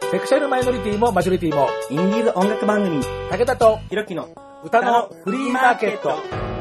セクシャルマイノリティもマジョリティもインディーズ音楽番組武田とひろきの歌のフリーマーケット。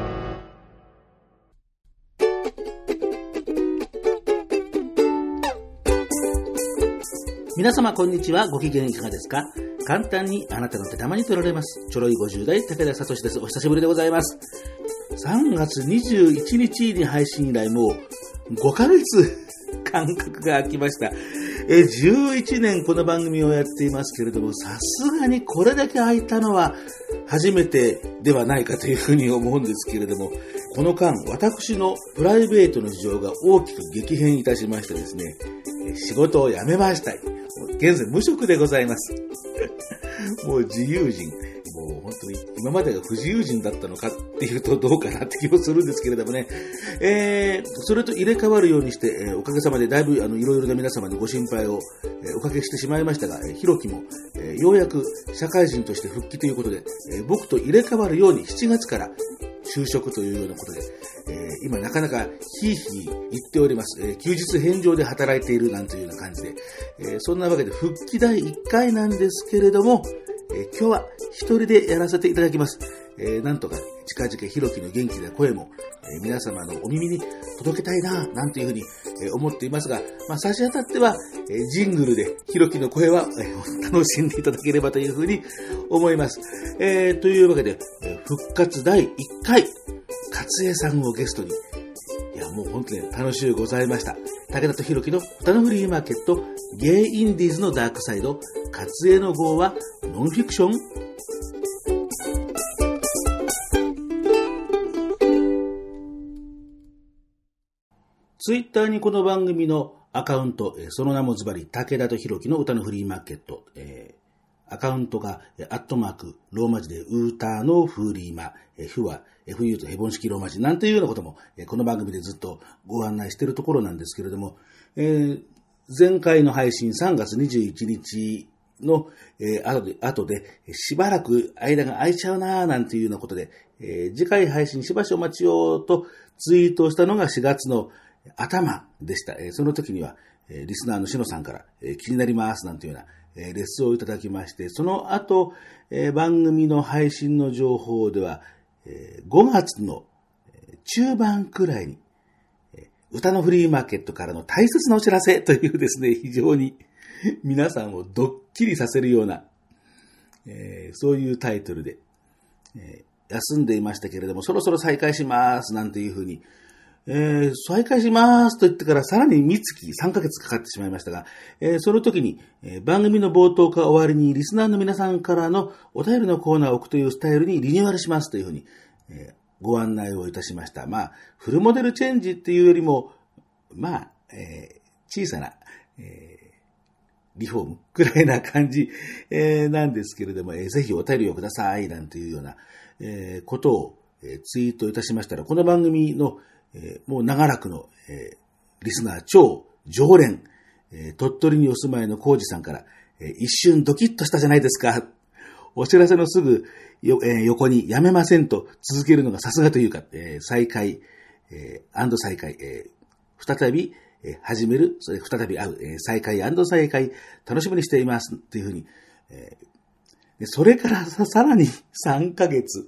皆様こんにちは。ご機嫌いかがですか？簡単にあなたの手玉に取られます。ちょろい50代武田聡です。お久しぶりでございます。3月21日に配信以来もう5ヶ月間隔が空きました。11年この番組をやっていますけれども、さすがにこれだけ空いたのは初めてではないかというふうに思うんですけれども、この間私のプライベートの事情が大きく激変いたしましてですね、仕事を辞めました。現在無職でございます。もう自由人。もう本当に今までが不自由人だったのかっていうとどうかなって気もするんですけれどもね。それと入れ替わるようにして、おかげさまでだいぶいろいろな皆様にご心配を、おかけしてしまいましたが、ひろきも、ようやく社会人として復帰ということで、僕と入れ替わるように7月から就職というようなことで、今なかなかヒーヒー言っております。休日返上で働いているなんていうような感じで、そんなわけで復帰第1回なんですけれども、今日は一人でやらせていただきます。なんとか近々ひろきの元気な声も、皆様のお耳に届けたいななんていうふうに、思っていますが、差し当たっては、ジングルでひろきの声は、楽しんでいただければというふうに思います。というわけで、復活第1回勝江さんをゲストに、いやもう本当に楽しゅうございました。武田とひろきの歌のフリーマーケット、ゲイインディーズのダークサイド、勝江の号はノンフィクション。ツイッターにこの番組のアカウント、その名もズバリ武田とひろきの歌のフリーマーケット、アカウントがアットマークローマ字でウーターのフリーマ、フは FU とヘボン式ローマ字なんていうようなこともこの番組でずっとご案内しているところなんですけれども、前回の配信3月21日の後でしばらく間が空いちゃうなーなんていうようなことで、次回配信しばしお待ちよとツイートしたのが4月の頭でした。その時にはリスナーのしのさんから気になりますなんていうようなレッスンをいただきまして、その後番組の配信の情報では5月の中盤くらいに歌のフリーマーケットからの大切なお知らせというですね、非常に皆さんをドッキリさせるような、そういうタイトルで、休んでいましたけれども、そろそろ再開しますなんていうふうに、再開しますと言ってからさらに3月3ヶ月かかってしまいましたが、その時に、番組の冒頭か終わりにリスナーの皆さんからのお便りのコーナーを置くというスタイルにリニューアルしますというふうに、ご案内をいたしました。フルモデルチェンジっていうよりも、小さな、リフォームくらいな感じ、なんですけれども、ぜひお便りをくださいなんていうような、ことを、ツイートいたしましたら、この番組の、もう長らくの、リスナー超常連、鳥取にお住まいのコウジさんから、一瞬ドキッとしたじゃないですか。お知らせのすぐ横にやめませんと続けるのがさすがというか、再開、再開、再び始める、それ再び会う、再開&再開楽しみにしていますというふうに、それからさらに3ヶ月、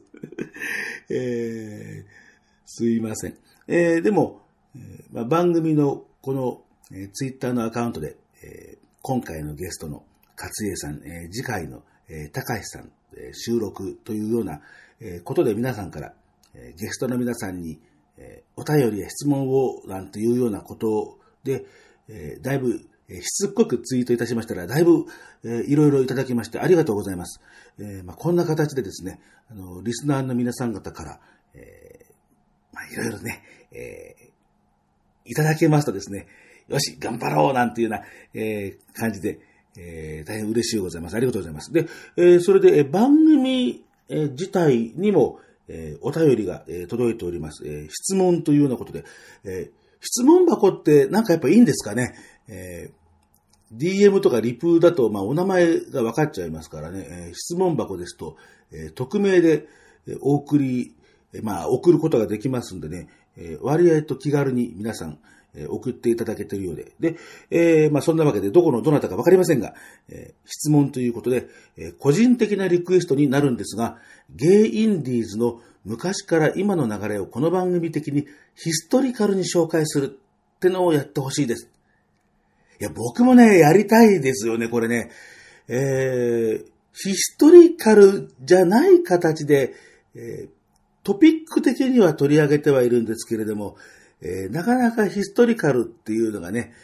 すいません。でも、番組のこの、ツイッターのアカウントで、今回のゲストの勝江さん、次回の、高橋さん、収録というような、ことで皆さんから、ゲストの皆さんに、お便りや質問をなんていうようなことで、だいぶ、しつっこくツイートいたしましたら、だいぶ、いろいろいただきましてありがとうございます。こんな形でですね、リスナーの皆さん方から、いろいろね、いただけますとですね、よし、頑張ろうなんていうような、感じで、大変嬉しいございます。ありがとうございます。で、それで、番組、自体にも、お便りが、届いております。質問というようなことで、質問箱ってなんかやっぱいいんですかね。DM とかリプだと、お名前が分かっちゃいますからね。質問箱ですと、匿名で送ることができますんでね、割合と気軽に皆さん、 送っていただけているようで。で、そんなわけで、どなたかわかりませんが、質問ということで、個人的なリクエストになるんですが、ゲイインディーズの昔から今の流れをこの番組的にヒストリカルに紹介するってのをやってほしいです。いや、僕もね、やりたいですよね、これね。ヒストリカルじゃない形で、トピック的には取り上げてはいるんですけれども、なかなかヒストリカルっていうのがね、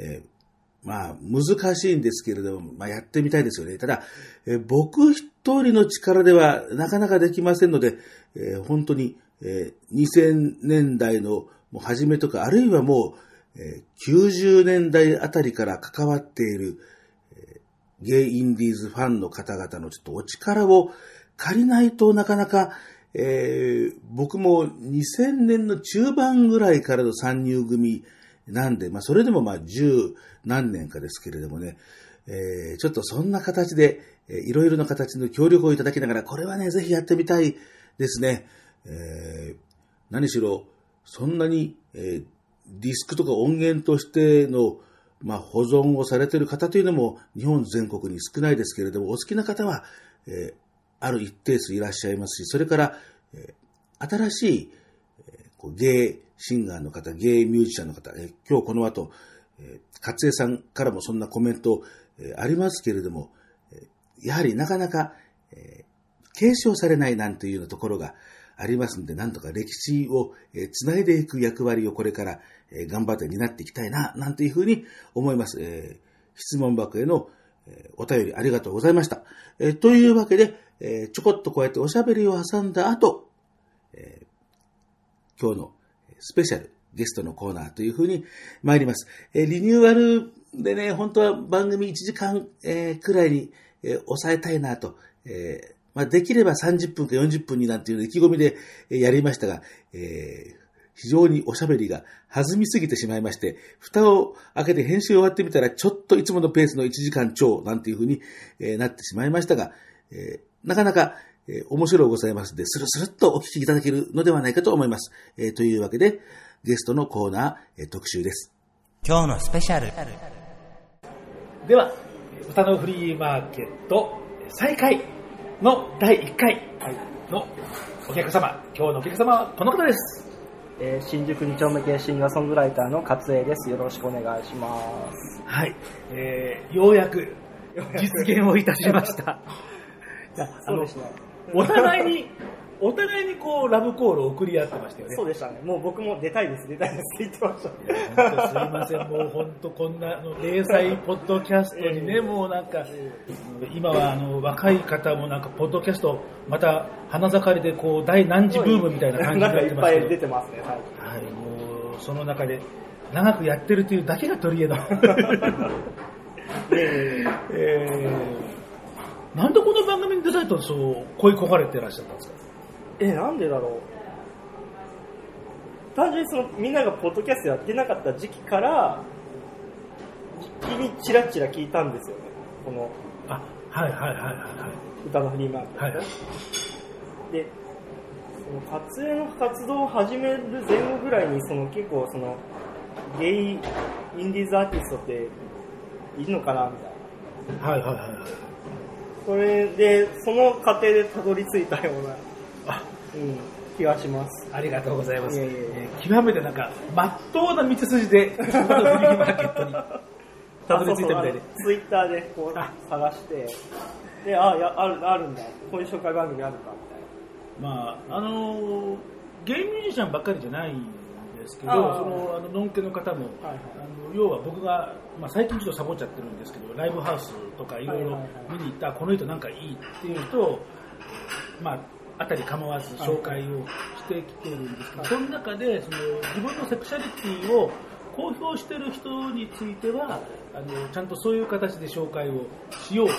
難しいんですけれども、やってみたいですよね。ただ、僕一人の力ではなかなかできませんので、本当に、2000年代の初めとか、あるいはもう、90年代あたりから関わっている、ゲイインディーズファンの方々のちょっとお力を借りないとなかなか、僕も2000年の中盤ぐらいからの参入組なんで、それでも10何年かですけれどもね、ちょっとそんな形で、いろいろな形の協力をいただきながら、これはね、ぜひやってみたいですね。何しろ、そんなに、ディスクとか音源としての、保存をされている方というのも日本全国に少ないですけれども、お好きな方は、ある一定数いらっしゃいますし、それから、新しい、ゲイシンガーの方、ゲイミュージシャンの方、今日この後、勝江さんからもそんなコメント、ありますけれども、やはりなかなか、継承されないなんていうようなところがありますので、なんとか歴史をつないでいく役割をこれから頑張って担っていきたいな、なんていうふうに思います。質問箱へのお便りありがとうございました。というわけで、ちょこっとこうやっておしゃべりを挟んだ後、今日のスペシャルゲストのコーナーというふうに参ります。リニューアルでね、本当は番組1時間くらいに抑えたいなと、できれば30分か40分になんていう意気込みでやりましたが、非常におしゃべりが弾みすぎてしまいまして、蓋を開けて編集終わってみたら、ちょっといつものペースの1時間超なんていうふうになってしまいましたが、なかなか面白いございますので、スルスルっとお聞きいただけるのではないかと思います。というわけで、ゲストのコーナー、特集です。 今日のスペシャル。 では、歌のフリーマーケット再開の第1回のお客様、今日のお客様はこの方です。 新宿2丁目系シンガーソングライターの勝江です。よろしくお願いします。 はい、ようやく実現をいたしました。 そうですね。 お互いにこうラブコールを送り合ってましたよね。 そうでしたね。もう僕も出たいですって言ってました。 本当すいません。もう本当こんな零細ポッドキャストにね、もうなんか今は若い方もなんかポッドキャストまた花盛りでこう大何時ブームみたいな感じになってますけど。 いっぱい出てますね。はい。 もうその中で長くやってるというだけが取り柄の。なんでこの番組に出たいとそう恋焦がれてらっしゃったんですか？ なんでだろう。単純にみんながポッドキャストやってなかった時期から時期にチラチラ聞いたんですよね。この歌のフリーマーケット。はいはい、で、その活動の活動を始める前後ぐらいに結構ゲイインディーズアーティストっているのかなみたいな。それでその過程でたどり着いたような。気がします。 ありがとうございます。極めてなんか真っ当な道筋でフリーマーケットにたどり着いたみたいで、 ツイッターでこう探して、であるんだ、こういう紹介番組あるんだみたいな。 ゲイミュージシャンばっかりじゃないんですけど、ノンケの方も、要は僕が、最近ちょっとサボっちゃってるんですけど、ライブハウスとかいろいろ見に行ったこの人なんかいいっていうと、あたり構わず紹介をしてきてるんですけど、その中で自分のセクシャリティを公表してる人についてはちゃんとそういう形で紹介をしようという、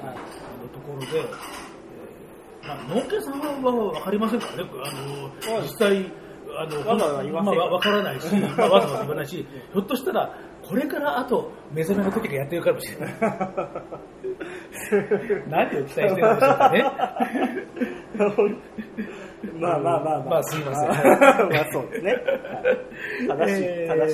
ところで、ノンケさんは分かりませんからね。実際わざわざ言わないし、わざわざ言わないし、ひょっとしたらこれからあと目覚めの時がやってるかもしれない何を期待してるんでしょうかねまあすいませんまあそうですね、正しい、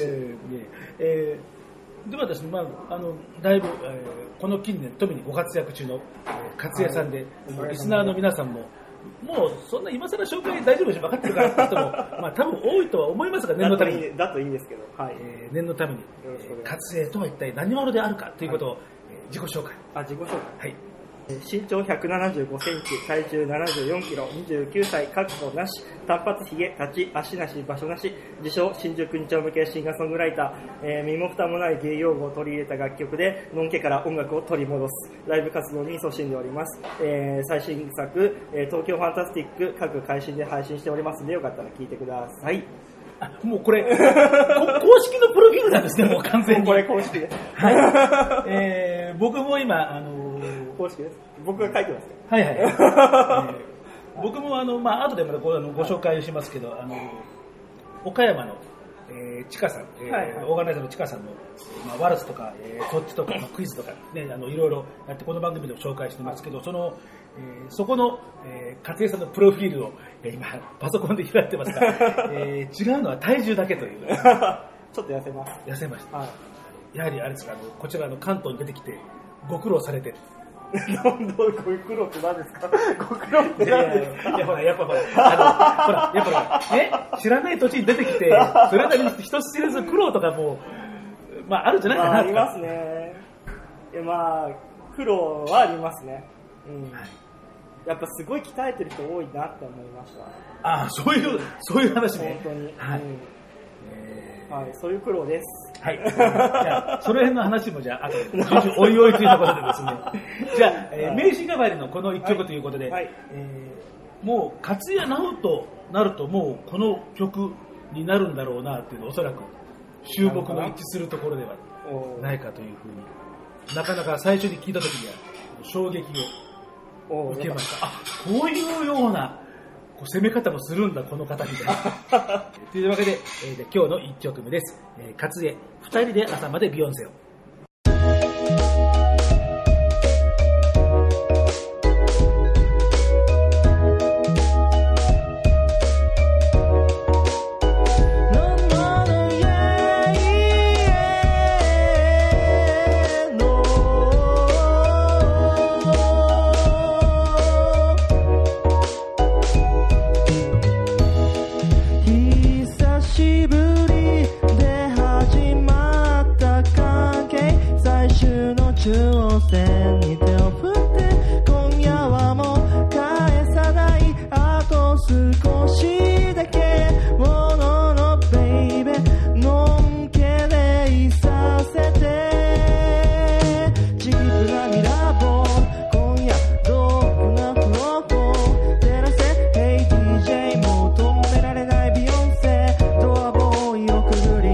ではですね、だいぶ、この近年特にご活躍中の勝江さんで、リスナーの皆さんももうそんな今更紹介大丈夫でしょ、分かってるからって人も多分多いとは思いますが、念のためにだといいんですけど、 念のために勝江とは一体何者であるかということを、自己紹介。 自己紹介、はい。身長175センチ、体重74キロ、29歳、かっこなし、単発ひげ、立ち、足なし、場所なし、自称、新宿2丁向けシンガーソングライター、身も蓋もない芸用語を取り入れた楽曲で、のんけから音楽を取り戻す、ライブ活動に勤しんでおります。最新作、東京ファンタスティック、各配信で配信しておりますので、よかったら聴いてください。 もうこれ公式のプロフィールなんですね、もう完全に。 これ公式です。 はい。僕も今、 公式です。僕が書いてますよ。 僕も後でまたご紹介しますけど、岡山の、ちかさん、オーガナイザーのちかさんの、ワルツとか、こっちとか、クイズとか、ね、いろいろやってこの番組でも紹介してますけど、そこの、勝江さんのプロフィールを、今パソコンで開いてますが、違うのは体重だけという。 ちょっと痩せます。 痩せました。やはりあれですか、こちらの関東に出てきてご苦労されて。 ご苦労って何ですか？ご苦労って何ですか？ やっぱね、知らない土地に出てきて、それなりに人知れず苦労とかもあるんじゃないかな。 ありますね。苦労はありますね。やっぱすごい鍛えてる人多いなって思いました。 そういう話ね。 本当に。そういう苦労です。 じゃあその辺の話もあとでおいおいというところでですね。じゃあ、名刺代わりのこの一曲ということで、もう勝谷直となるともうこの曲になるんだろうなっていうのおそらく注目の一致するところではないかというふうに、なかなか最初に聞いた時には衝撃を受けました。こういうような攻め方もするんだこの方みたいなというわけで、今日の1曲目です。勝江2人で朝までビヨンセを。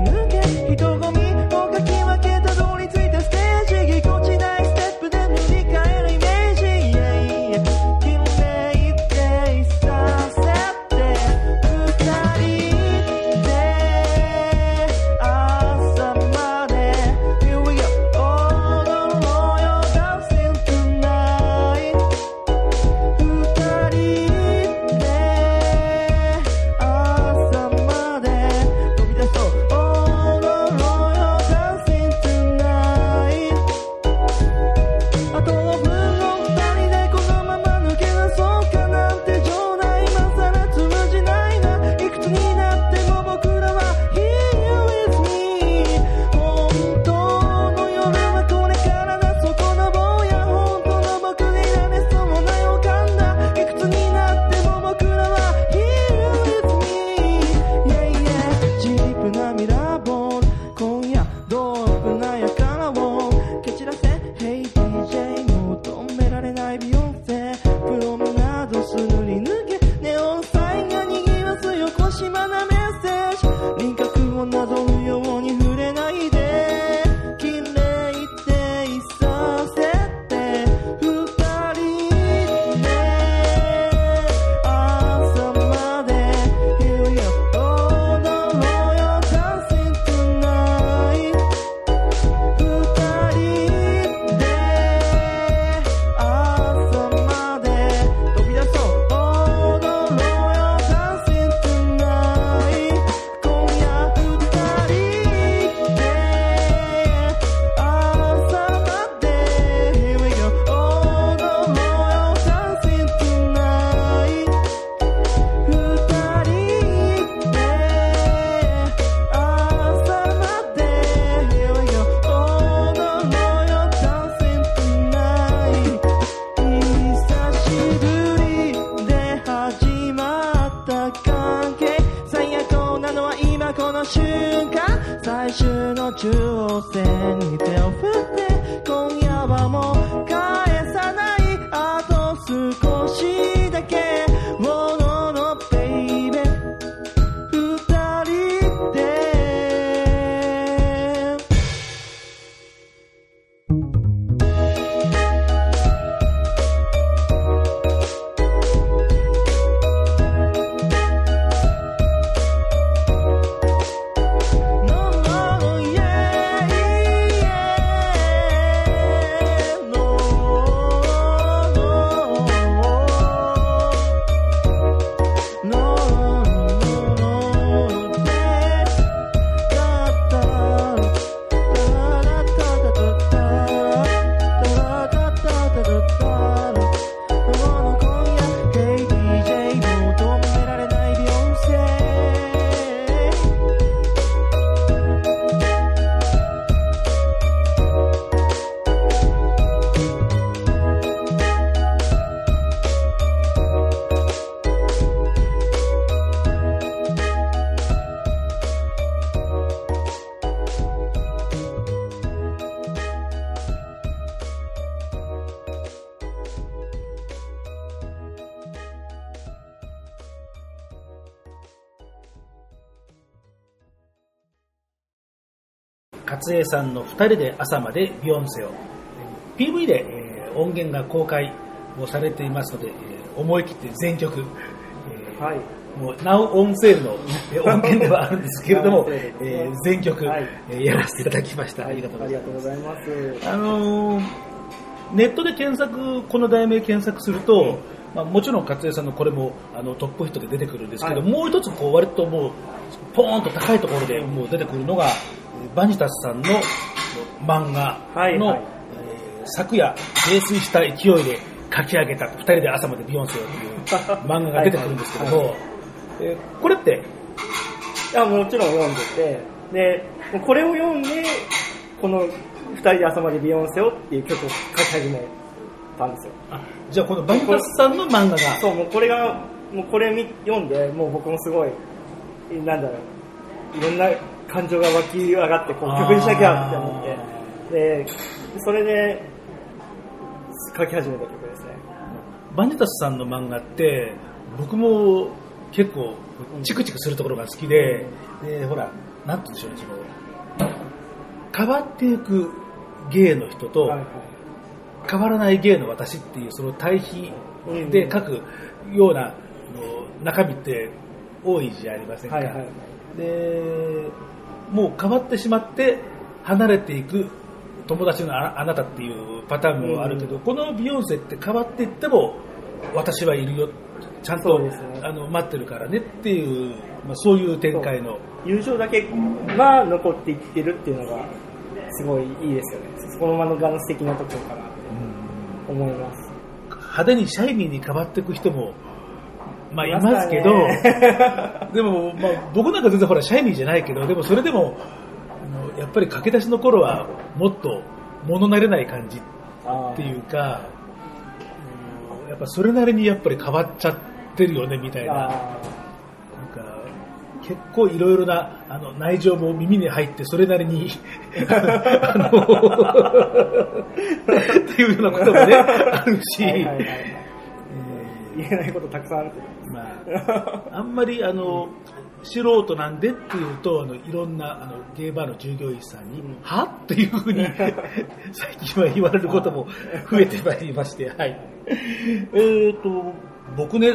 ぎこちないステップで塗り替はもう返さない、あと少しだけもののベイベー二人で勝江さんの2人で朝までビヨンセを PV で、音源が公開をされていますので、思い切って全曲、 はい、 もう Now on Sale の音源ではあるんですけれども、全曲、やらせていただきました。ありがとうございます。ネットで検索、この題名検索すると、もちろん勝江さんのこれもトップヒットで出てくるんですけど、もう一つ割ともうポーンと高いところでもう出てくるのがバニタスさんの漫画の、昨夜泥酔した勢いで書き上げた2人で朝までビヨンセをという漫画が出てくるんですけども、これっていやもちろん読んでて、でこれを読んでこの2人で朝までビヨンセをっていう曲を書き始めたんですよ。 じゃあこのバニタスさんの漫画がそう、もうこれがもうこれ読んでもう僕もすごいなんだろう、いろんな感情が湧き上がってこう曲にしなきゃって思って、でそれで書き始めた曲ですね。 バニタスさんの漫画って僕も結構チクチクするところが好きで、ほらなんて言うんでしょうね、その変わっていく芸の人と、変わらない芸の私っていうその対比で書くような中身って多いじゃありませんか。でもう変わってしまって離れていく友達のあなたっていうパターンもあるけど、このビヨンセって変わっていっても私はいるよ、ちゃんと、待ってるからねっていう、そういう展開の友情だけが残っていってるっていうのがすごいいいですよね。この漫画の素敵なところかなと思います。 派手にシャイニーに変わっていく人もいますけどでも、僕なんか全然ほらシャイニーじゃないけど、でもそれでもやっぱり駆け出しの頃はもっと物慣れない感じっていうか、やっぱそれなりにやっぱり変わっちゃってるよねみたいな、なんか結構いろいろな内情も耳に入ってそれなりにっていうようなこともねあるし、 言えないことたくさんあるけど、 あんまり素人なんでっていうといろんなゲイバーの従業員さんに、はっていうふうに最近は言われることも増えてまいりまして、はい。僕ね、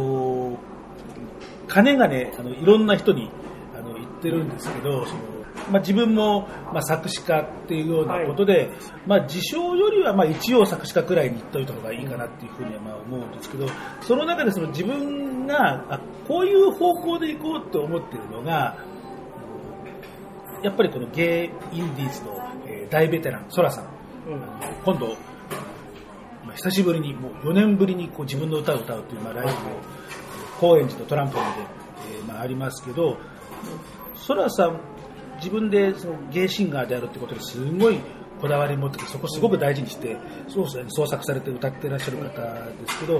かねがねいろんな人に言ってるんですけど、自分も、作詞家っていうようなことで、自称よりは一応作詞家くらいに言っといた方がいいかなっていうふうには思うんですけど、その中で自分がこういう方向で行こうと思っているのが、やっぱりこのゲイインディーズの、大ベテランソラさん、今度、久しぶりにもう4年ぶりに自分の歌を歌うという、ライブを高円寺のトランポリンで、ありますけど、ソラさん自分でゲイシンガーであるってことですごいこだわり持ってて、そこすごく大事にして創作されて歌っていらっしゃる方ですけど、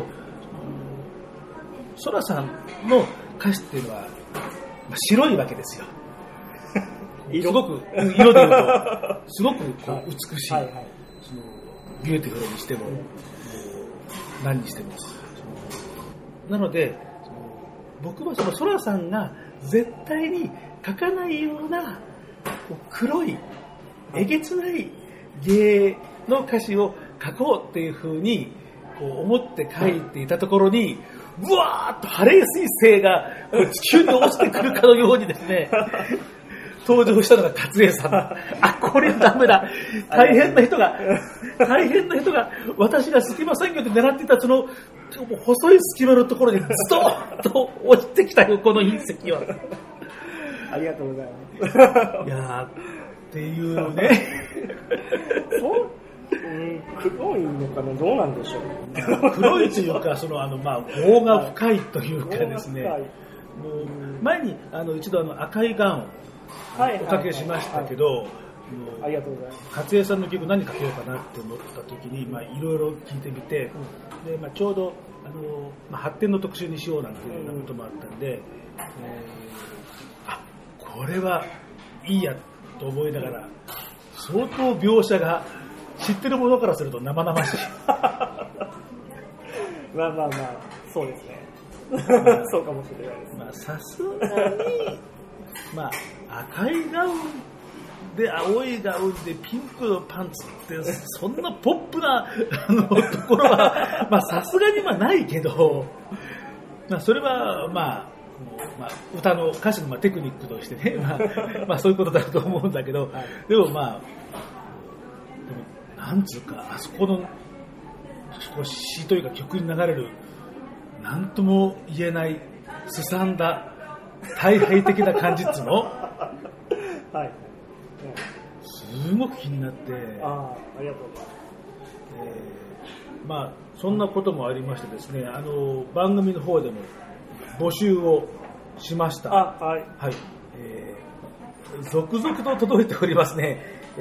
ソラさんの歌詞っていうのは、白いわけですよ。すごく色で言うとすごく美しい、 ビューティフルにしても、何にしても。なので、僕はそのソラさんが絶対に書かないような黒いえげつない芸の歌詞を書こうっていう風にこう思って書いていたところに、ブワーッとハレー彗星が地球に落ちてくるかのようにですね登場したのが勝栄さん。あ、これダメだ。大変な人が私が隙間産業で狙っていたその細い隙間のところにズドーンと落ちてきたよ、この隕石は。 ありがとうございます。 いやっていうね。 黒いのかな、どうなんでしょう。 黒いというか、業が深いというかですね。もう前に一度赤いガウンおかけしましたけど、 ありがとうございます。 勝栄さんの曲何かけようかなって思った時に、いろいろ聞いてみて、でちょうど発展の特集にしようなんていうようなこともあったんで、これはいいやと思いながら、相当描写が知ってるものからすると生々しい。 まあそうですね。そうかもしれないです。 さすがに赤いガウンで青いガウンでピンクのパンツってそんなポップなところはさすがにないけど、それは歌の歌詞のテクニックとしてね、そういうことだと思うんだけど、でもなんつうか、あそこの詩というか曲に流れるなんとも言えないすさんだ大敗的な感じっつうの、 はい、 すごく気になって、 ありがとうございます。そんなこともありましてですね、番組の方でも募集をしました。 はい、 続々と届いておりますね。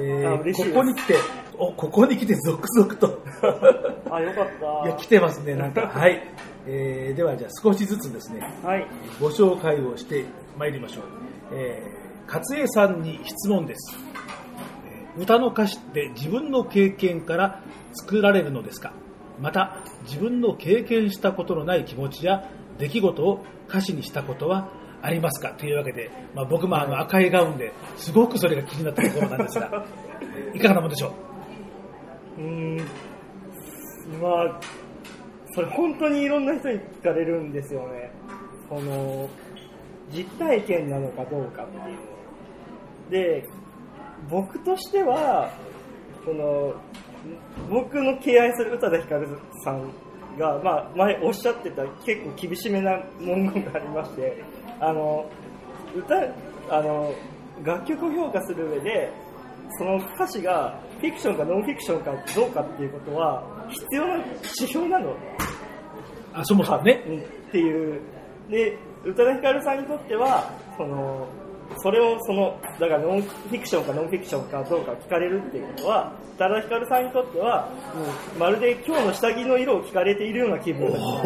ここに来て続々とよかった。 いや、来てますね、なんか。はい。では、じゃあ少しずつですね、ご紹介をしてまいりましょう。勝栄さんに質問です。歌の歌詞って自分の経験から作られるのですか？また、自分の経験したことのない気持ちや出来事を歌詞にしたことはありますか？というわけで、僕も赤いガウンですごくそれが気になったところなんですが、いかがなものでしょう？ それ本当にいろんな人に聞かれるんですよね。実体験なのかどうかっていうので、僕としては僕の敬愛する宇多田ヒカルさんが、前おっしゃってた結構厳しめな文言がありまして、楽曲を評価する上でその歌詞がフィクションかノンフィクションかどうかっていうことは必要な指標なの。 そもそもね。 っていう。で、宇多田ヒカルさんにとってはそれをだからノンフィクションかノンフィクションかどうか聞かれるっていうことは、宇多田ヒカルさんにとってはもうまるで今日の下着の色を聞かれているような気分だった。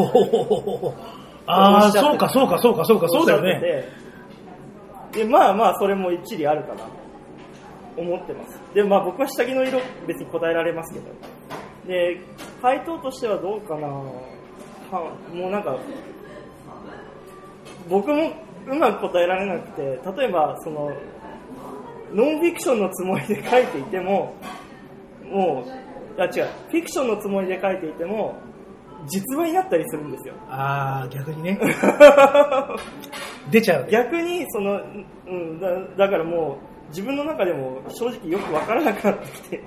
そうか、そうだよね。 で、それも一理あるかなと思ってます。で、僕は下着の色別に答えられますけど。で、回答としてはどうかな。もうなんか、僕もうまく答えられなくて、例えばノンフィクションのつもりで書いていても、フィクションのつもりで書いていても実話になったりするんですよ。 逆にね。出ちゃう。 逆にだからもう自分の中でも正直よくわからなくなってきて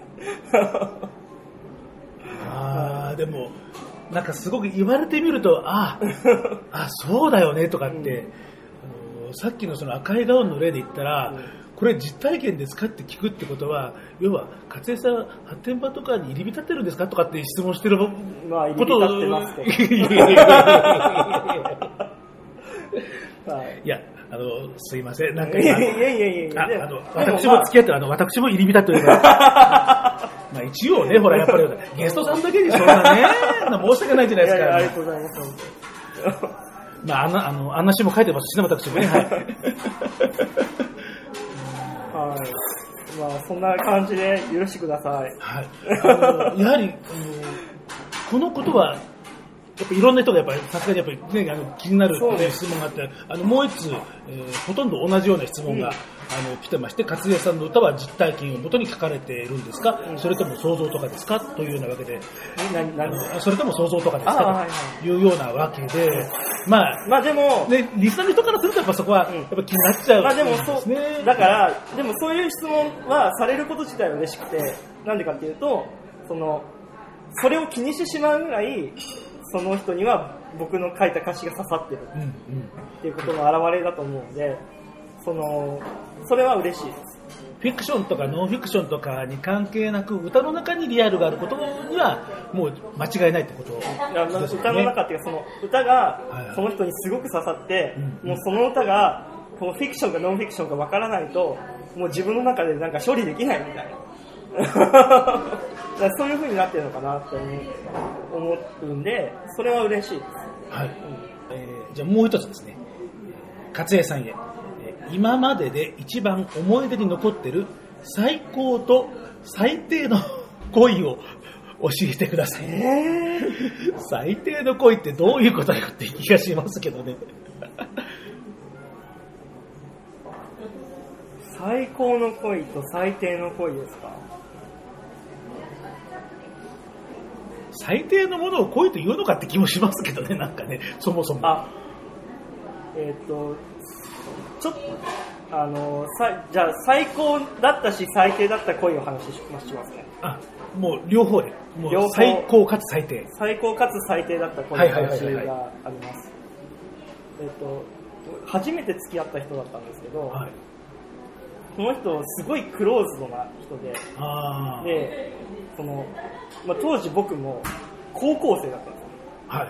でもなんかすごく言われてみるとそうだよねとかって、さっきのその赤いガウンの例で言ったら、これ実体験ですかって聞くってことは、要は勝栄さん発展場とかに入り浸ってるんですかとかって質問してることを、 入り浸ってますと。 いや、すいません、なんか私も付き合ってる、私も入り浸ってるから一応ね、ほら、やっぱりゲストさんだけにそんなね、申し訳ないじゃないですか。 ありがとうございます。 あんな詩も書いてますしね、私もね。 まあそんな感じで許してください。 はい。やはりこのことはやっぱいろんな人がやっぱりさすがにやっぱり、ね、気になる、ね、質問があって、もう一つ、ほとんど同じような質問が、来てまして、勝家さんの歌は実体験をもとに書かれているんですか、それとも想像とかですかというようなわけで、それとも想像とかですかというようなわけで、まあでも、ね、リスナーの人からするとやっぱそこはやっぱ気になっちゃう、 まあでもそうだからでもそういう質問はされること自体は嬉しくて、なんでかっていうとそれを気にしてしまうぐらいその人には僕の書いた歌詞が刺さってるっていうことの表れだと思うので、それは嬉しいです。 フィクションとかノンフィクションとかに関係なく歌の中にリアルがあることにはもう間違いないってことですよね。 歌の中っていうかその歌がその人にすごく刺さって、もうその歌がこのフィクションかノンフィクションかわからないともう自分の中でなんか処理できないみたいなそういう風になってるのかなって思うんで、それは嬉しいです。 はい。じゃあもう一つですね、勝家さんへ、今までで一番思い出に残ってる最高と最低の恋を教えてください。最低の恋ってどういうことかって気がしますけどね。 最高の恋と最低の恋ですか。 最低のものを恋と言うのかって気もしますけどね、なんかね、そもそも。 ちょっとじゃあ最高だったし最低だった恋を話しますね。 もう両方で、もう最高かつ最低。 最高かつ最低だった恋の話があります。初めて付き合った人だったんですけど、はい、この人すごいクローズドな人で、当時僕も高校生だったんですよ。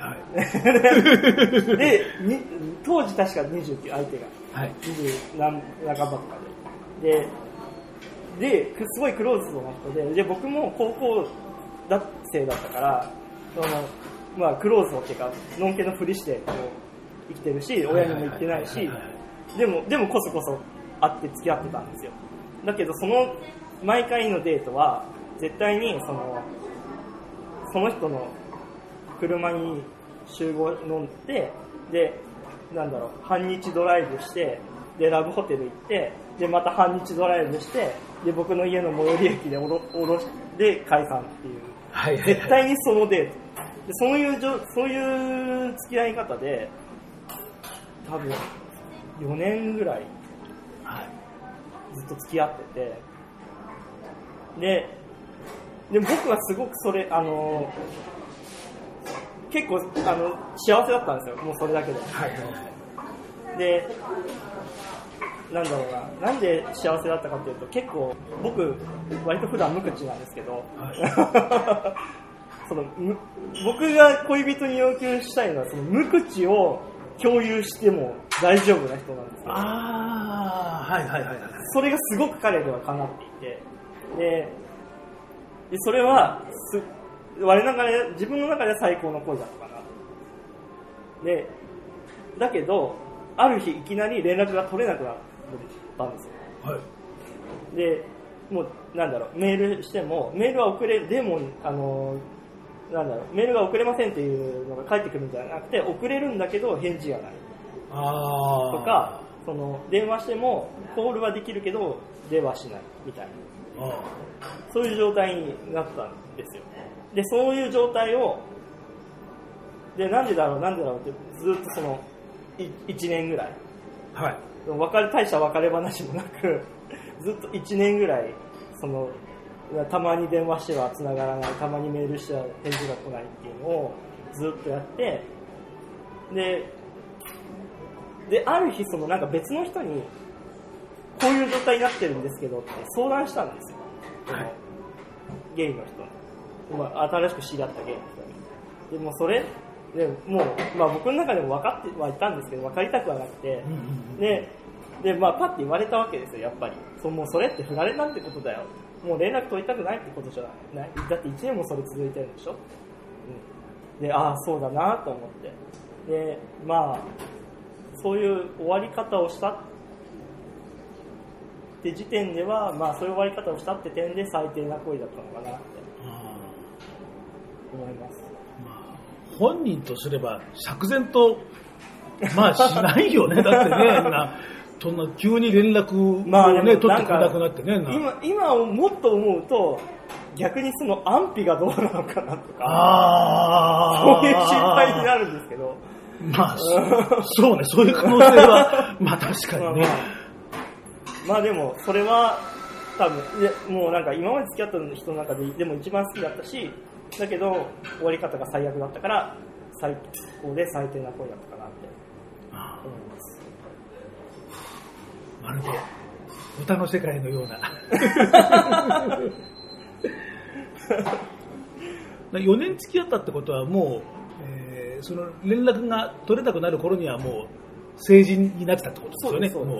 はいはい。 で、当時確か29、相手が。はい。20半ばとかで。で、すごいクローズドな人で、僕も高校生だったから、クローズドっていうか、のんけのふりしてこう生きてるし、親にも言ってないし、でもこそこそ会って付き合ってたんですよ。だけど、毎回のデートは、絶対にその人の車に集合乗って、で、半日ドライブして、で、ラブホテル行って、で、また半日ドライブして、で、僕の家の最寄り駅で降ろして解散っていう。はいはいはい、絶対にそのデート。で、そういう付き合い方で、多分、4年ぐらい、ずっと付き合ってて、で、僕はすごく結構幸せだったんですよ、もうそれだけで。で、なんで幸せだったかというと、結構僕割と普段無口なんですけど、僕が恋人に要求したいのは無口を共有しても大丈夫な人なんですよ。それがすごく彼では叶っていて、でそれは自分の中で最高の恋だったかな。で、だけどある日いきなり連絡が取れなくなったんですよ。はい。で、もうメールしてもメールは送れ、でもメールが送れませんっていうのが返ってくるんじゃなくて、送れるんだけど返事がない。とか、電話してもコールはできるけど電話しないみたいな。そういう状態になったんですよ。で、そういう状態を、で、なんでだろうってずっと1年ぐらい。はい。大した別れ話もなく、ずっと1年ぐらい、たまに電話しては繋がらない、たまにメールしては返事が来ないっていうのをずっとやって、で、ある日別の人に、こういう状態になってるんですけどって相談したんですよ。はい、ゲイの人に。新しく知り合ったゲイの人に。でもそれでもう、僕の中でも分かってはいたんですけど、分かりたくはなくて、で、パッて言われたわけですよ、やっぱり。もうそれって振られたってことだよ。もう連絡取りたくないってことじゃない。だって1年もそれ続いてるんでしょ。で、そうだなと思って。で、そういう終わり方をしたってって時点では、まあ、そういう終わり方をしたって点で最低な行為だったのかなって思います。 本人とすれば釈然とまあしないよね。だってね、そんな急に連絡をね、取ってくれなくなってね。 今もっと思うと逆にその安否がどうなのかなとか、そういう心配になるんですけど。 まあそうね、そういう可能性はまあ確かにね。 まあでもそれは多分もうなんか今まで付き合った人の中ででも一番好きだったし、だけど終わり方が最悪だったから最高で最低な恋だったかなって思います。 まるで歌の世界のような4年付き合ったってことはもう、その連絡が取れなくなる頃にはもう成人になってたってことですよね。 そうです。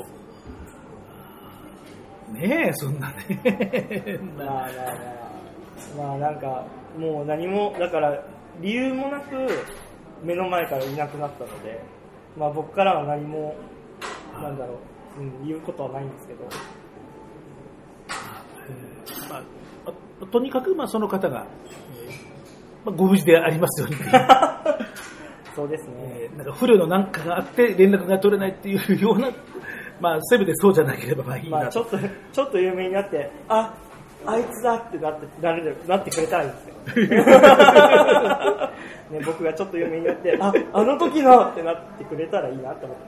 ねえ、そんなねまあなんかもう何もだから理由もなく目の前からいなくなったので、まあ僕からは何もなんだろう、言うことはないんですけど、 とにかくまあその方が、ご無事でありますようにそうですね、 なんか不慮のなんかがあって連絡が取れないっていうような、まあせめてそうじゃなければまあいいな、 ちょっと有名になってあいつだってなってくれたらいいんですよね、僕がちょっと有名になってあの時のってなってくれたらいいなと思って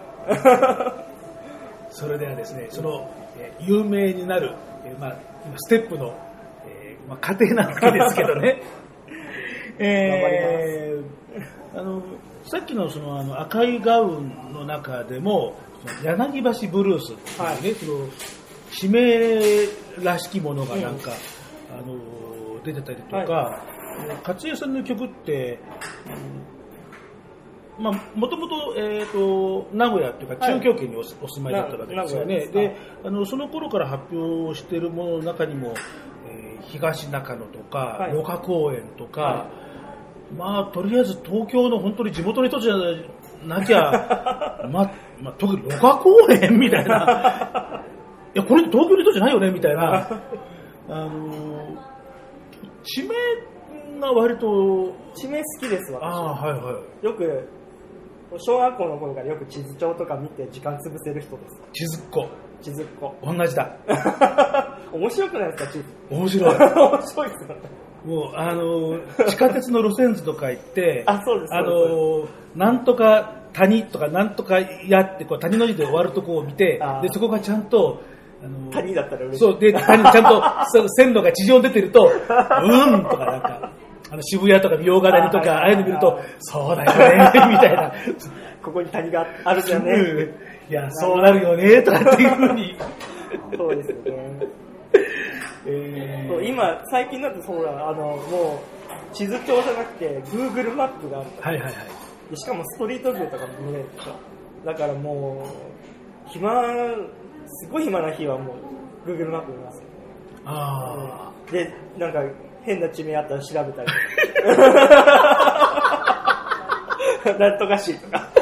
ますそれではですね、その有名になる、まあ、今ステップの、まあ、過程なわけですけどねさっきのその赤いガウンの中でも柳橋ブルースっていうね、その地名らしきものがなんか、出てたりとか、勝江さんの曲って、まあもともと名古屋っていうか中京圏にお住まいだったわけですよね。で、その頃から発表しているものの中にも、東中野とか芦花公園とか、まあとりあえず東京の本当に地元の人じゃなきゃまあ特に芦花公園みたいないやこれ東京の人じゃないよねみたいな地名が割と地名好きです私。 はいはい。 よく小学校の頃からよく地図帳とか見て時間潰せる人です。 地図っ子同じだ面白くないですか地図。 面白い面白いですよね。 もう地下鉄の路線図とか行ってそうですなんとか谷とかなんとかやってこう谷の字で終わるとこを見てでそこがちゃんと谷だったら嬉しい。 そうで谷ちゃんと線路が地上出てるととかなんか渋谷とか茗ヶ谷とかああいうの見るとそうだよねみたいなここに谷があるじゃんねいやそうなるよねとかっていう風にそうですよね今最近だとそうだもう地図帳じゃなくて Google マップがある、でしかもストリートビューとかも見れるでしょ。だからもうすごい暇な日はもう Google マップ見ますよ。でなんか変な地名あったら調べたりなんとか市とか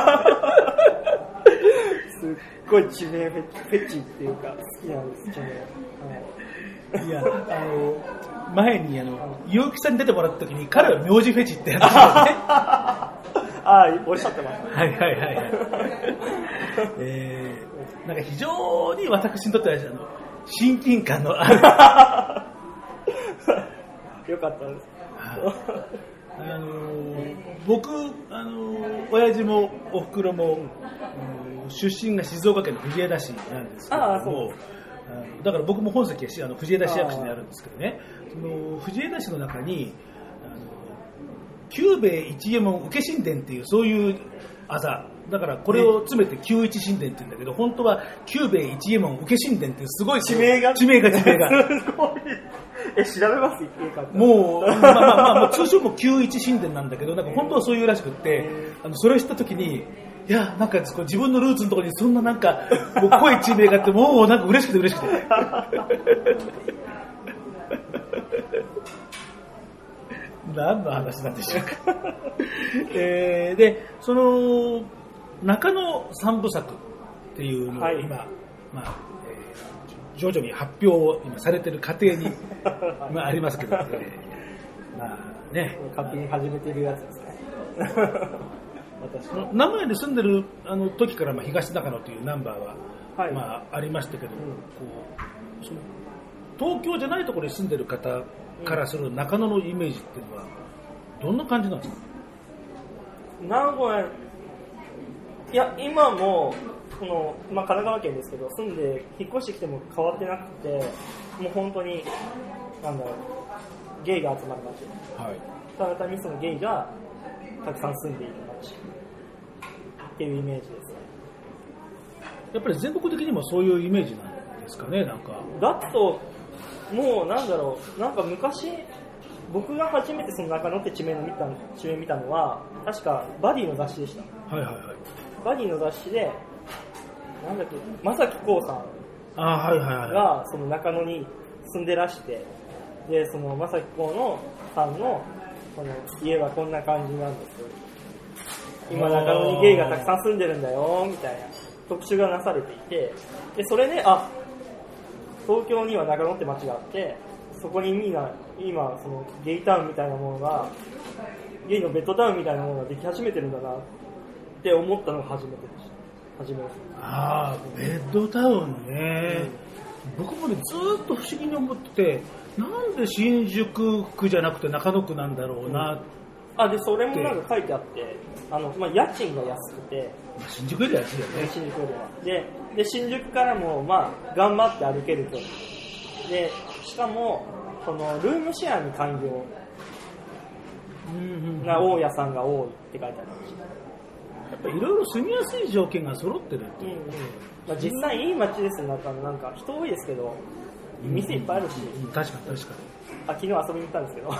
すっごい地名フェチっていうか好きなんです地名。 いや前に結城さんに出てもらった時に彼は名字フェチってやつですよねおっしゃってます。 なんか非常に私にとっては親近感のあるよかったです僕親父もおふくろも、出身が静岡県の藤枝市なんですけどもだから僕も本籍は藤枝市役所にあるんですけどね、その藤枝市の中に久兵衛一右衛門受神殿っていうそういうあざだからこれを詰めて旧一神殿って言うんだけど本当は久兵衛一右衛門受神殿っていうすごい地名がすごい調べますもう通称も旧一神殿なんだけどなんか本当はそういうらしくってそれを知った時にいやなんか自分のルーツのところにそんななんかもう濃い地名があってもうなんか嬉しくて何の話なんでしょうかでその中野三部作っていうのを今、 徐々に発表を今されている過程にありますけど、まあね、 勝手に始めてるやつですね。私名古屋に住んでる時から東中野というナンバーは、 はいまあ、ありましたけど、こうその東京じゃないところに住んでる方からする中野のイメージっていうのはどんな感じなんですか？ 名古屋、いや今もまあ、神奈川県ですけど、住んで引っ越してきても変わってなくて、もう本当になんだろう、ゲイが集まる街、 はい、 ただ単にそのゲイがたくさん住んでいる街っていうイメージですね。 やっぱり全国的にもそういうイメージなんですかね。なんかだともうなんだろう、なんか昔僕が初めてその中野って地名見たのは確かバディの雑誌でした。 はいはいはい。 バディの雑誌でなんだっけ、正木浩さんはいはいはい。 がその中野に住んでらして、でその正木浩のさんのこの家はこんな感じなんです。今中野にゲイがたくさん住んでるんだよみたいな特集がなされていて、でそれで東京には中野って街があって、そこに今そのゲイタウンみたいなものが、ゲイのベッドタウンみたいなものができ始めてるんだなって思ったのが初めてでした。 ベッドタウンね、僕もねずーっと不思議に思ってて、なんで新宿区じゃなくて中野区なんだろうな、 でそれもなんか書いてあって、まあ、家賃が安くて、 新宿より安いよね。 新宿よりはで新宿からもまあ頑張って歩ける距離で、しかもそのルームシェアに寛容な大家さんが多いって書いてありました。 やっぱりいろいろ住みやすい条件が揃ってるっていう、 まあ、実際いい街ですよ。なんか人多いですけど、店いっぱいあるし、 確かに昨日遊びに行ったんですけど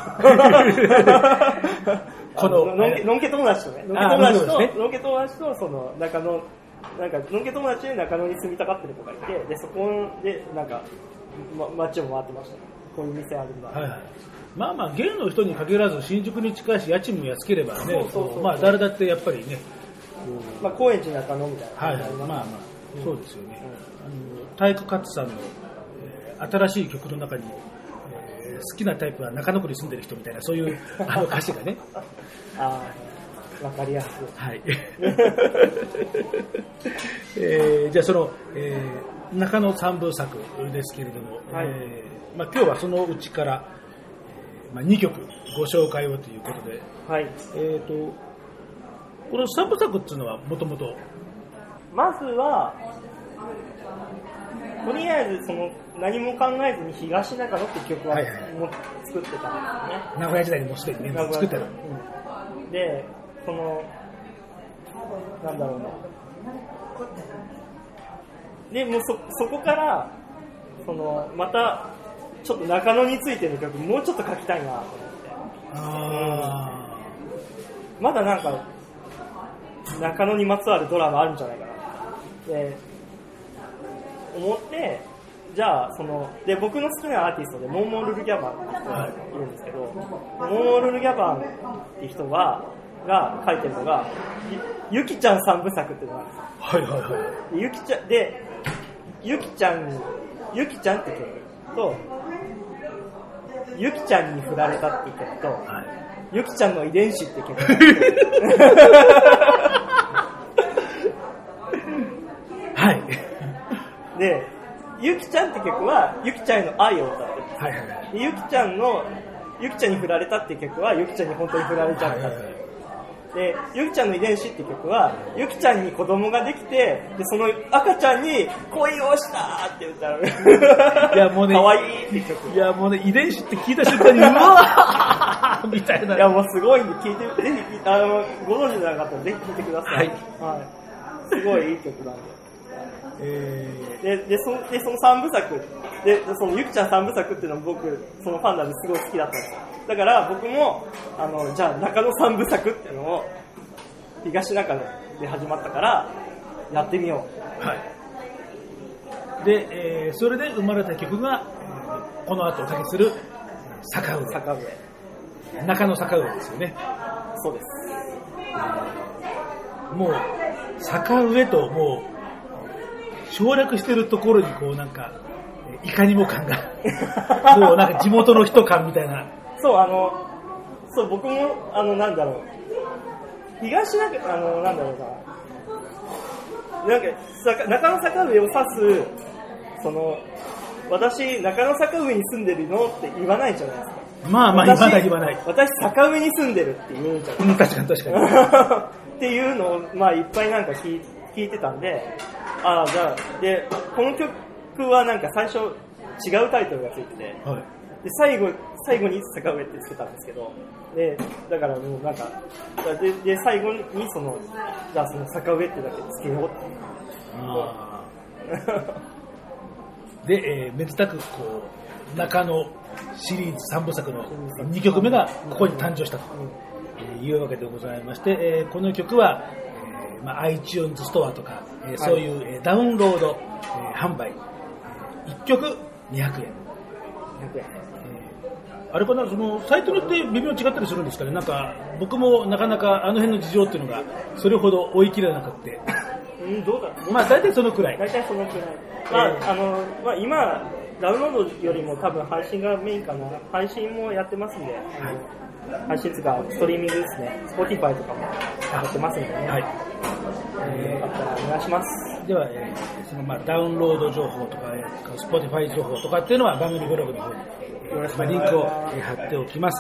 こののんけ友達とね、のんけ友達とその中野、なんかのんけ友達で中野に住みたがってる子がいて、でそこでなんか、街を回ってました、ね、こういう店あるんだ、 はいはい、まあまあゲイの人に限らず新宿に近いし家賃も安ければね、まあ誰だってやっぱりね、 まあ、高円寺中野みたいな、 まあそうですよね。体育カッツさんの、新しい曲の中に、好きなタイプは中野区に住んでる人みたいな、そういう歌詞がねわかりやすい。 はい。じゃあその、中野三部作ですけれども、 はい、 まあ、今日はそのうちから、2曲ご紹介をということで、 はい、 この三部作っていうのはもともとまずはとりあえずその何も考えずに東中野って曲はも作ってたんですよね。 名古屋時代にもうすでにね作ってた、 でそのなんだろうな、でもう そこからそのまたちょっと中野についての曲もうちょっと書きたいなと思って、まだなんか中野にまつわるドラマあるんじゃないかなって思って、じゃあで僕の好きなアーティストでモンモン・ルル・ギャバンって人がいるんですけど、モンモン・ルル・ギャバンって人が書いてるのがゆきちゃん三部作っていうのがあるんですよ。はいはいはい。ゆきちゃんって曲とゆきちゃんに振られたっていう曲と、ゆきちゃんの遺伝子って曲はいでゆきちゃんって曲はゆきちゃんへの愛を歌ってる、はいはいはい、でゆきちゃんに振られたっていう曲はゆきちゃんに本当に振られちゃったっていう、はいはいはい、でゆきちゃんの遺伝子っていう曲はゆきちゃんに子供ができて、でその赤ちゃんに恋をしたって歌ういやもうね可愛いって曲、 いやもうね遺伝子って聞いた瞬間にうわーみたいな、 いやもうすごいんで聞いて、ぜひご存知なかったらぜひ聞いてください、はい、すごいいい曲なんで。でその3部作で、そのゆきちゃん3部作っていうのは僕そのファンなんですごい好きだったんですよ。だから僕もじゃあ中野3部作っていうのを東中野で始まったからやってみよう、はい、 で、それで生まれた曲がこの後おかけする坂上中野坂上ですよね。 そうです。 もう坂上ともう省略してるところにこうなんかいかにも感がこうなんか地元の人感みたいな。 そう僕もなんだろう、東中なんだろうな、なんか中野坂上を指す私中野坂上に住んでるのって言わないじゃないですか。 まあ言わない。 私坂上に住んでるって言うんじゃない。 確かにっていうのをまあいっぱいなんか聞いてたんで、じゃあでこの曲はなんか最初違うタイトルがついてて、はい、で最後に坂上ってつけたんですけど、でだからもうなんかで最後にじゃあその坂上ってだけつけようって。 で、めでたくこう中野シリーズ3部作の2曲目がここに誕生したというわけでございまして、この曲は、iTunes ストアとか、そういうダウンロード、販売1曲200円。あれかな、サイトによって微妙に違ったりするんですかね。なんか僕もなかなかあの辺の事情っていうのがそれほど追い切れなくてどうだ、 大体そのくらい。 今ダウンロードよりも多分配信がメインかな。配信もやってますんで、配信とかストリーミングですね。Spotify とかもやってますんでね。よかったらお願いします。 では、ダウンロード情報とか、Spotify 情報とかっていうのは番組ブログの方にリンクを貼っておきます。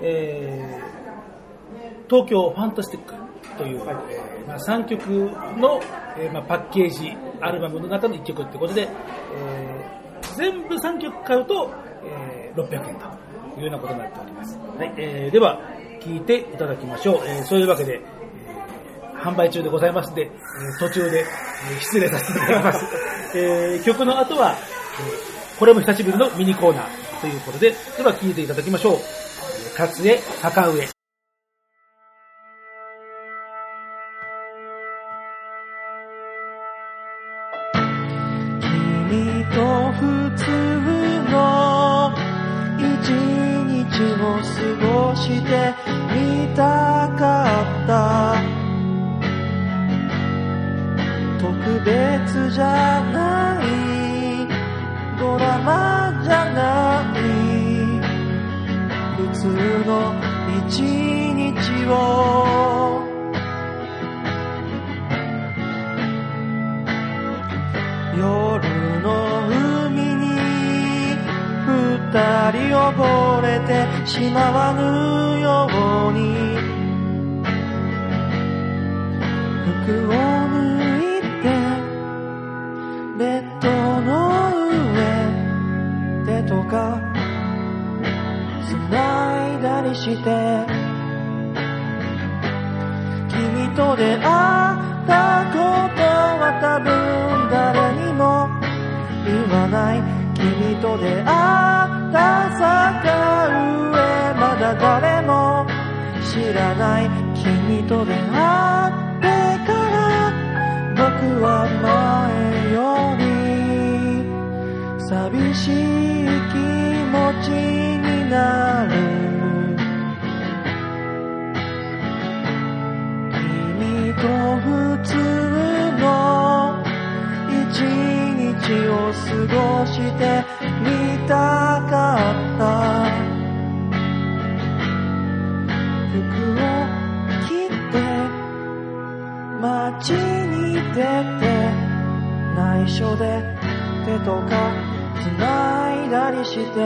東京ファンタスティックという、3曲の、パッケージアルバムの中の1曲ということで、全部3曲買うと、600円というようなことになっております。はい、では聴いていただきましょう。そういうわけで、販売中でございますので、途中で、失礼させていただきます。曲の後は、これも久しぶりのミニコーナーということで、では聴いていただきましょう。勝江坂上。 君と普通の一日を過ごしてみたかった。特別じゃない、ドラマじゃない普通の一日を夜の海に二人溺れてしまわぬように服を脱いでベッドの上手とか繋いだりして君と出会ったことは多分誰にも言わない。君と出会った坂上まだ誰も知らない。君と出会ってから僕は前より寂しい気持ちになる。君と普通の一日を過ごしてみたかった。服を着て街に出て内緒で手とか繋いだりして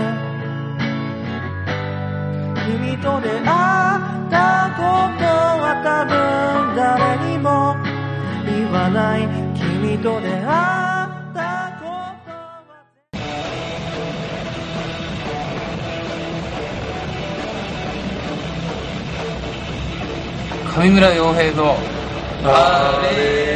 君と出会ったことは多分誰にも言わない。君と出会ったことは上村洋平のあれ。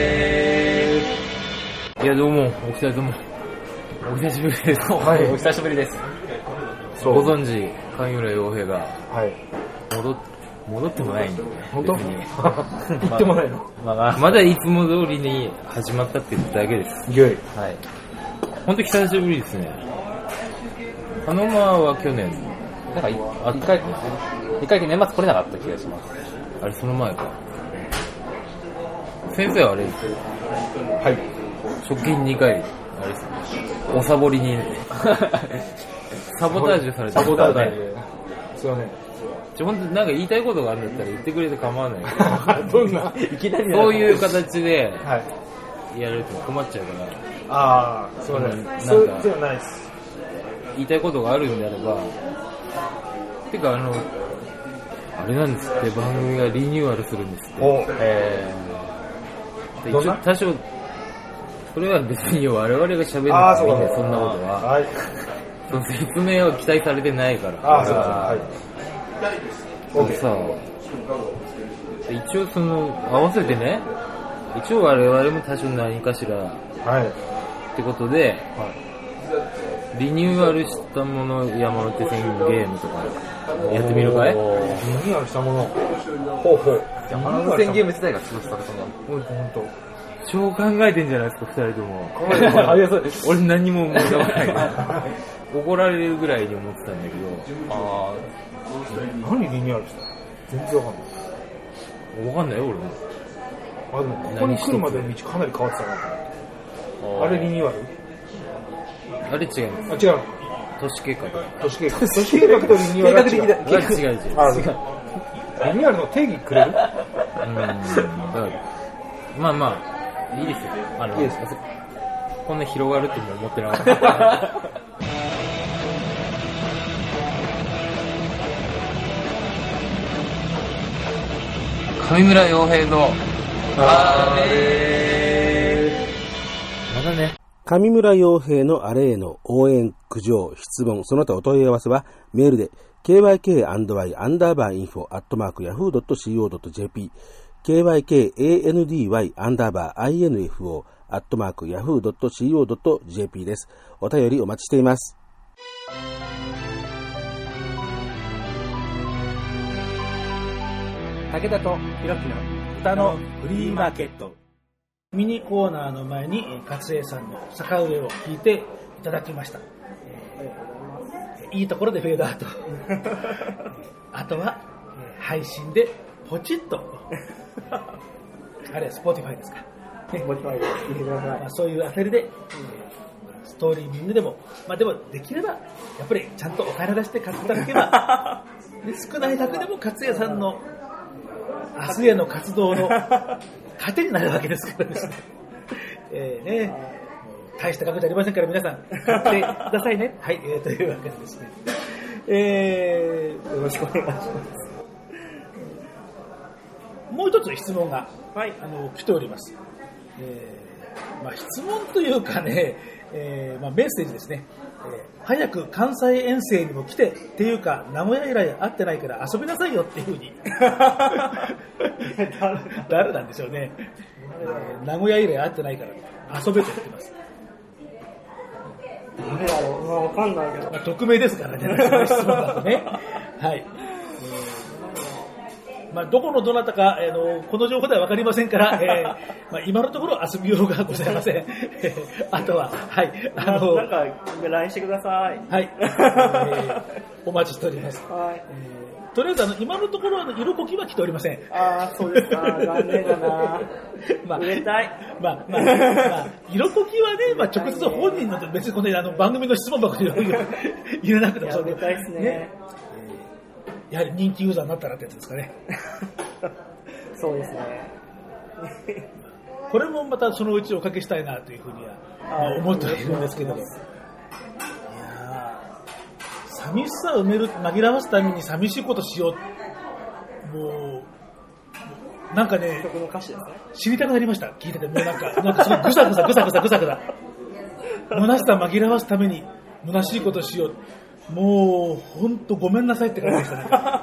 いやどうもお二人ともお久しぶりです。 はい、お久しぶりです。 ご存知上村洋平が戻ってもないんで、 本当？言ってもないの？ まだいつも通りに始まったっていうだけです。 はい。 本当久しぶりですね。ハノマは去年なんか一回年末来れなかった気がします。 あれその前か。先生はあれですよ。 はい。 直近2回あれですね、おサボりにサボタージュされてる。 サボタージュ。そうね。 本当なんか言いたいことがあるんだったら言ってくれて構わない。 どんな、いきなりそういう形ではい。 やると困っちゃうから、 ああ、そうね。そういうことはないです。 言いたいことがあるんであれば、てかあれなんですって、番組がリニューアルするんですって。で一応多少、それは別に我々が喋るのがいいんで、そんなことは。 はい。 その説明は期待されてないから。 ああ、そうです。はい。 さ、一応合わせてね、一応我々も多少何かしら、 はい。 ってことで、はい、リニューアルしたもの山手線ゲームとかやってみるかい？リニューアルしたもの。ほうほう。 山手線ゲーム自体がすごいされたんだ。 ほんと。 超考えてんじゃないですか、二人とも。 あ、いや、そうです。 俺何にも思い浮かばないから。怒られるぐらいに思ってたんだけど。 何リニューアルした？全然わかんない。 わかんないよ、俺も。 あ、でもここに来るまでの道かなり変わってたな。あれリニューアル？ あれ違う。 あ、違う。 都市計画。 都市計画とリニューアルは違う。 違う。 リニューアルの定義くれる？ まあ、いいですよ。 いいですか？ こんな広がるっても思ってなかった。上村洋平のあれまだね。 上村洋平のあれへの応援、苦情、質問、その他お問い合わせはメールで kyk_info@yahoo.co.jp kykandy_info@yahoo.co.jp です。お便りお待ちしています。 武田とひろきの歌のフリーマーケット。ミニコーナーの前に勝栄さんの坂上を聞いていただきました。いいところでフェードアウト。あとは配信でポチッと。あれはスポーティファイですか。 Spotify で聞いてください。 そういうあたりで、ストーリーミングでも、でもできればやっぱりちゃんとお金出して買っていただけば、少ない額でも勝栄さんの明日への活動の糧になるわけですからですね。大した額じゃありませんから皆さん買ってくださいね。はい、というわけでですね。 よろしくお願いします。 もう一つ質問が、来ております。質問というかね、メッセージですね。早く関西遠征にも来てっていうか名古屋以来会ってないから遊びなさいよっていう風に誰なんでしょうね。名古屋以来会ってないから遊べと言ってます。 誰だろう、わかんないけど、 匿名ですからね、質問だとね。はい。どこのどなたか、この情報では分かりませんから、今のところ遊びようがございません。あとは、はい、 なんか LINE してください。 はい、お待ちしております。 はい。 とりあえず今のところ色こきは来ておりません。 ああ、そうですか。残念だな。売れたい。 色こきはね、直接本人の別にこの番組の質問箱に入れなくても売れたいですね。 やはり人気ユーザーになったらってやつですかね。 そうですね。 これもまたそのうちおかけしたいなというふうには思っているんですけど、寂しさを紛らわすために寂しいことしよう。もうなんかね、 曲の歌詞ですね。 知りたくなりました。聞いてて、もうなんかすごいぐさぐさ。虚しさを紛らわすために虚しいことしよう。もう本当ごめんなさいって感じでしたね。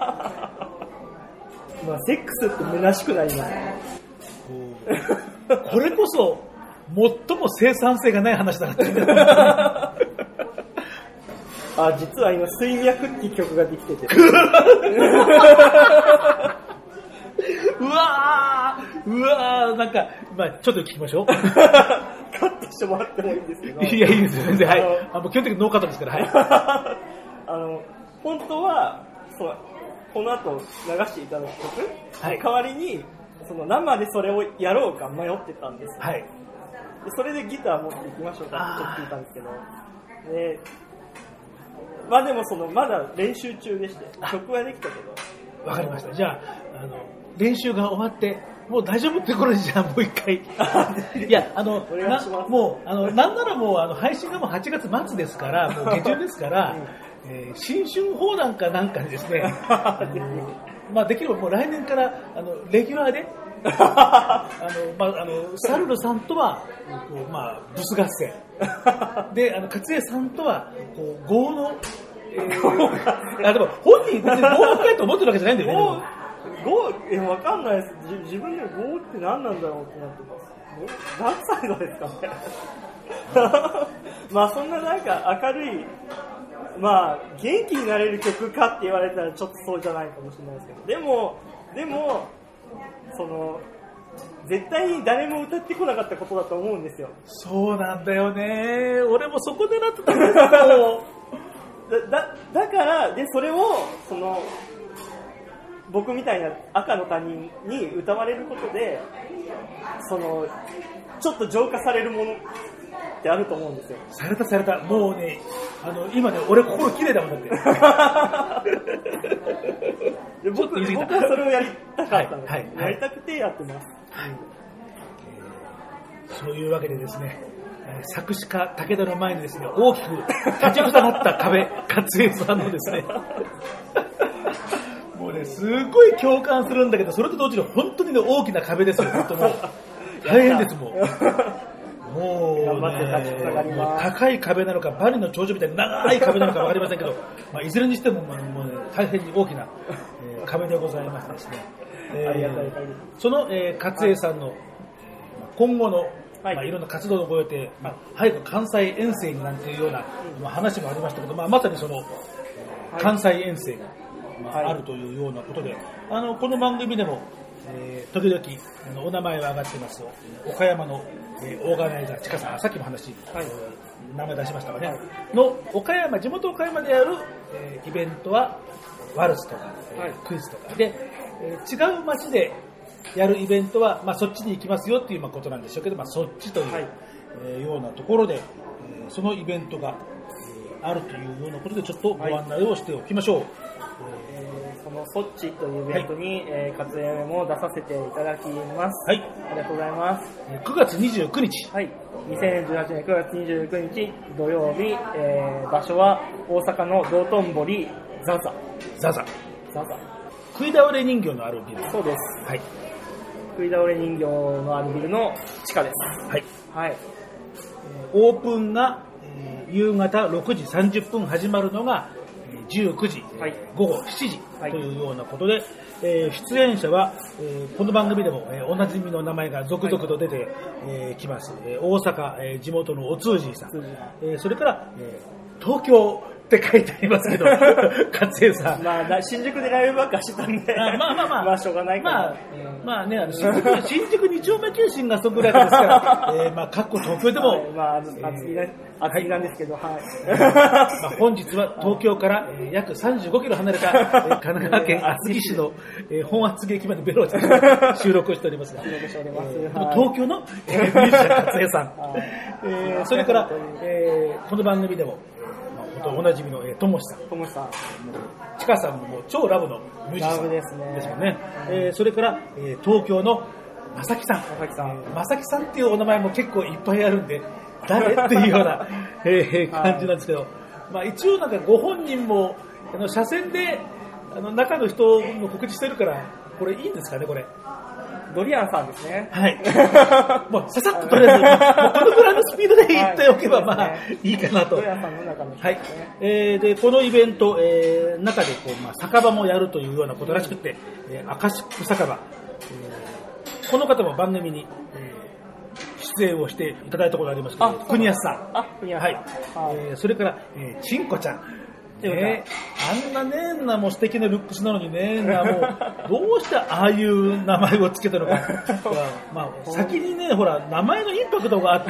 セックスって虚しくなりますね。 これこそ最も生産性がない話だなって。 実は今水脈っていう曲ができてて。 うわーなんかちょっと聞きましょう。 カットしてもらってもいいんですけど。 いや、いいですよ全然。はい。もう基本的にノーカットですから。はい。 本当はこの後流していただく曲、代わりに生でそれをやろうか迷ってたんです。 はい。 それでギター持って行きましょうかってちょっと聞いたんですけど、でまあでもまだ練習中でして、曲はできたけど。 わかりました。じゃあ、練習が終わって、もう大丈夫って頃にじゃあもう一回。いや、もう、なんならもう、配信がもう8月末ですから、もう下旬ですから、新春砲弾かなんかにですね、まあできればもう来年から、レギュラーで、サルルさんとは、まあ、ブス合戦。で、勝江さんとは、豪の、でも本人、別に豪の会と思ってるわけじゃないんだよね。 豪、わかんないです。自分で豪って何なんだろうってなってます。ダークサイドですかね。まあそんななんか明るい、まあ元気になれる曲かって言われたらちょっとそうじゃないかもしれないですけど、でも、絶対に誰も歌ってこなかったことだと思うんですよ。 そうなんだよね。俺もそこでなってたんですよ。 だから、で、それを、僕みたいな赤の他人に歌われることで、ちょっと浄化されるものってあると思うんですよ。 された。もうね、今ね、俺心綺麗だもんだって。 で僕はそれをやりたかったので、やりたくてやってます。 そういうわけでですね、作詞家武田の前にですね、大きく立ちふさがった壁、勝江さんのですね、もうね、すごい共感するんだけど、それと同時に本当にね、大きな壁ですよ、本当もう。大変です、もう。もう、ね、高い壁なのか、バリの頂上みたいな長い壁なのか分かりませんけど、まあ、いずれにしても、もうね、大変に大きな、壁でございましてですね。その、勝江さんの今後の、いろんな活動のご予定、早く関西遠征になんていうような話もありましたけど、まさにその関西遠征が、あるというようなことで、この番組でも、時々お名前が上がっています岡山の、オーガナイザーちかさん、さっきも話、名前出しましたがね、の地元岡山でやる、イベントはワルツとか、クイズとかで、違う街でやるイベントは、そっちに行きますよっていうことなんでしょうけど、そっちという、ようなところで、そのイベントが、あるというようなことでちょっとご案内をしておきましょう。 そのそっちというイベントに、活演も出させていただきます。 はい。 ありがとうございます。 9月29日。 はい。2018年9月29日土曜日、場所は大阪の道頓堀ザザ。食い倒れ人形のあるビル。 そうです。 はい。 食い倒れ人形のあるビルの地下です。 はい。 はい。 オープンが、夕方6時30分始まるのが19時、午後7時というようなことで、出演者は、この番組でも、おなじみの名前が続々と出てきます。大阪、地元のお通じさん、それから、東京って書いてありますけど、勝江さん。 新宿でライブばっかしてたんで、しょうがないかな。 ね、新宿2丁目京心がそこぐらいですから、かっこ東京でも、 厚木なんですけど、はい。 本日は東京から約35キロ離れた神奈川県厚木市の本厚木駅までベロをつけて収録をしておりますが、東京のミュージシャン勝江さん、それからこの番組でもおなじみのともしさん、ちかさんも超ラブのミュージシャンですよね。それから東京のまさきさんっていうお名前も結構いっぱいあるんで、誰っていうような感じなんですけど、一応なんかご本人も車線で中の人の告知してるから、これいいんですかね、これ。 ドリアンさんですね。 はい。もうささっととりあえず、このくらいのスピードで言っておけばいいかなと。 ドリアンさんの中の人ですね。 はい。で、このイベント、中で酒場もやるというようなことらしくて、アカシック酒場、この方も番組に、出演をしていただいたことがありますけど、国安さん。はい。それから、ちんこちゃん。あんなね、もう素敵なルックスなのにね、もう、どうしてああいう名前をつけたのか。先にね、ほら、名前のインパクトがあって、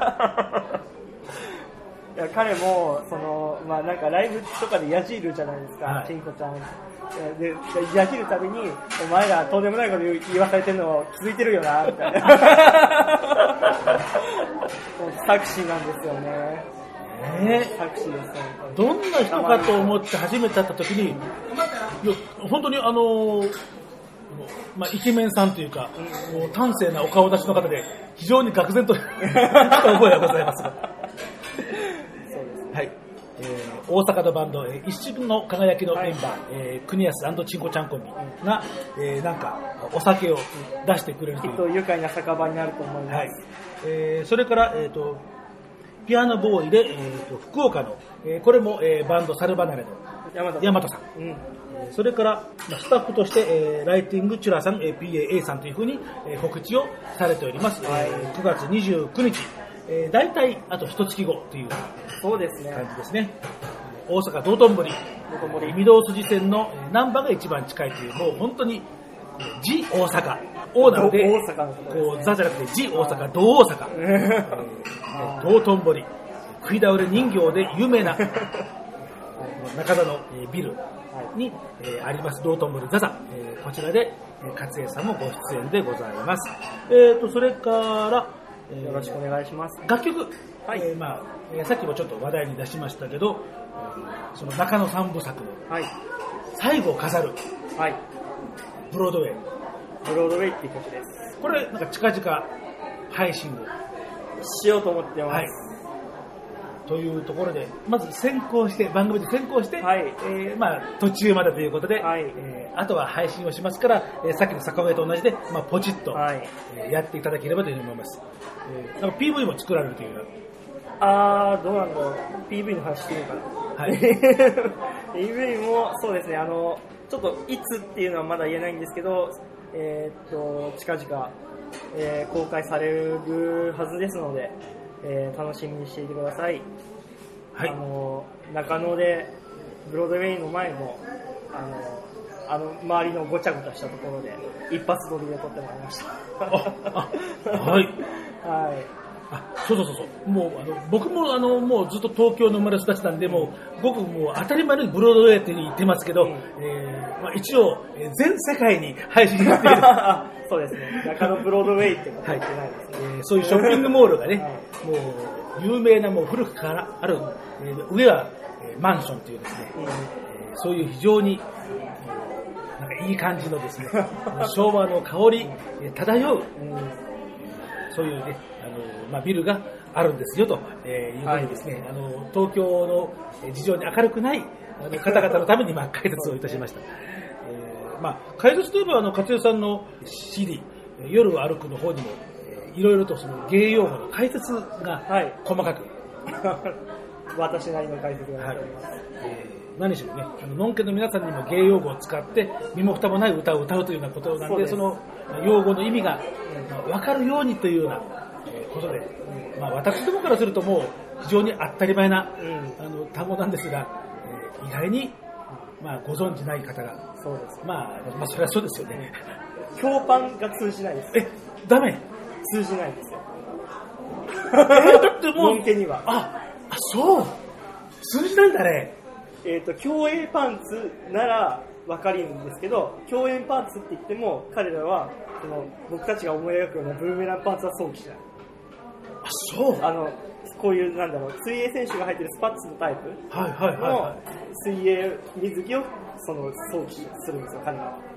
いや彼もなんかライブとかでやじるじゃないですか、ちんこちゃんでやじるたびに、お前らとんでもないこと言わされてるのを気づいてるよなみたいなタクシーなんですよね。タクシーですね。 どんな人かと思って初めて会った時に、いや本当にイケメンさんというか、もう端正なお顔立ちの方で、非常に愕然とした覚えがございます。はい。大阪のバンド、一瞬の輝きのメンバー、国安&ちんこちゃんコンビが、なんかお酒を出してくれるという。 きっと愉快な酒場になると思います。はい。 それから、ピアノボーイで、福岡の、これも、バンドサルバナレの大和さん。それから、スタッフとして、ライティングチュラさん、PAA さんというふうに、告知をされております。9月29日。大体あと一月後というそうですね感じですね。大阪道頓堀御堂筋線の難波が一番近いという、もう本当にジ大阪大なので、こうザじゃなくてジ大阪道大阪道頓堀食い倒れ人形で有名な中田のビルにあります道頓堀ザザ、こちらで勝江さんもご出演でございます。それからよろしくお願いします。 楽曲、さっきもちょっと話題に出しましたけど、その中野三部作の最後を飾る、ブロードウェイ。 ブロードウェイっていう曲です。 これなんか近々配信をしようと思ってます。 というところで、まず先行して番組で先行して、途中までということで、あとは配信をしますから、さっきの坂上と同じで、ポチッと、やっていただければというふうに思います。なんか PV も作られるという。 どうなんだろう。PV の話していいのかな。PV もそうですね。ちょっといつっていうのはまだ言えないんですけど、近々、公開されるはずですので。楽しみにしていてください。中野でブロードウェイの前も周りのごちゃごちゃしたところで一発撮りで撮ってもらいました。 そうもう僕ももうずっと東京の生まれ育ちなんで、もう僕もう当たり前にブロードウェイって言ってますけど、一応全世界に配信しているそうですね。中野ブロードウェイってことは言ってないですね。 そういうショッピングモールがね、もう有名なもう古くからある、上はマンションというですね、そういう非常になんかいい感じのですね、昭和の香り漂う、そういうね、ビルがあるんですよというふうにですね、東京の事情に明るくない方々のために解説をいたしました。解説といえば勝代さんの CD 夜を歩くの方にもいろいろとその芸用語の解説が細かく、 私なりの解説がなっております。 何しろね、ノンケの皆さんにも芸用語を使って身も蓋もない歌を歌うというようなことなので、その用語の意味が分かるようにというようなことで、私どもからするともう非常に当たり前な単語なんですが、意外にご存知ない方が、 そうです。 それはそうですよね。 評判が通じないです。 ダメ？ 通じないですよ。 だってもう、 ノンケには。 そう。通じないんだね。 競泳パンツならわかるんですけど、競泳パンツって言っても、彼らは、僕たちが思い描くようなブーメランパンツは装備しない。 そう。 こういう、水泳選手が入ってるスパッツのタイプの水泳水着を装備するんですよ、彼らは。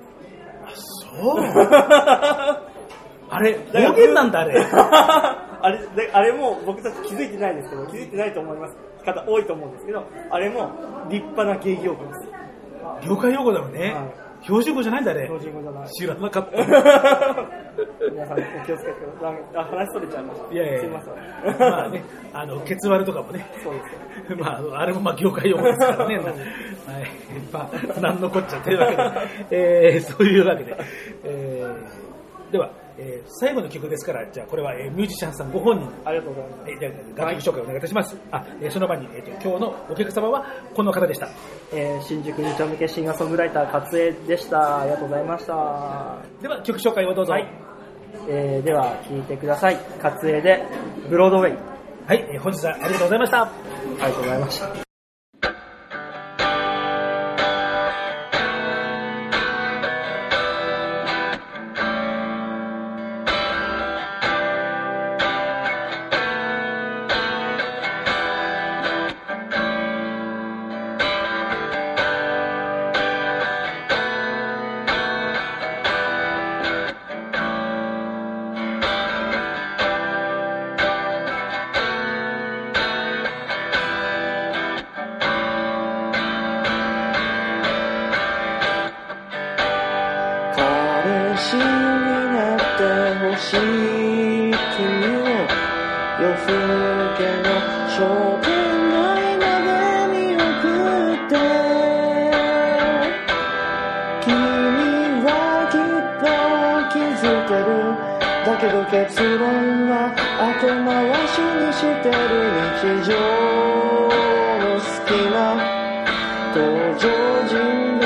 そう。あれ、方言なんだ、 あれも僕たち気づいてないですけど、気づいてないと思います方多いと思うんですけど、あれも立派な芸用語です。 業界用語だもんね。標準語じゃないんだね。 標準語じゃない。 知らなかった。 皆さんお気をつけてください。話それちゃいました。 いやすいません。 ケツ割るとかもね。 そうです。 あれも業界用語ですからね。なんのこっちゃというわけで、そういうわけで、では、最後の曲ですから、じゃあこれは、ミュージシャンさんご本人、 ありがとうございます。 楽曲紹介をお願いいたします。その前に、今日のお客様はこの方でした。 新宿2丁目シンガーソングライター勝江でした。ありがとうございました。 では曲紹介をどうぞ。 では聴いてください。勝江でブロードウェイ。 はい、本日はありがとうございました。 ありがとうございました。 しになってほしい君を夜更けの商店街まで見送って君はきっと気づけるだけど結論は後回しにしてる日常の隙間登場人物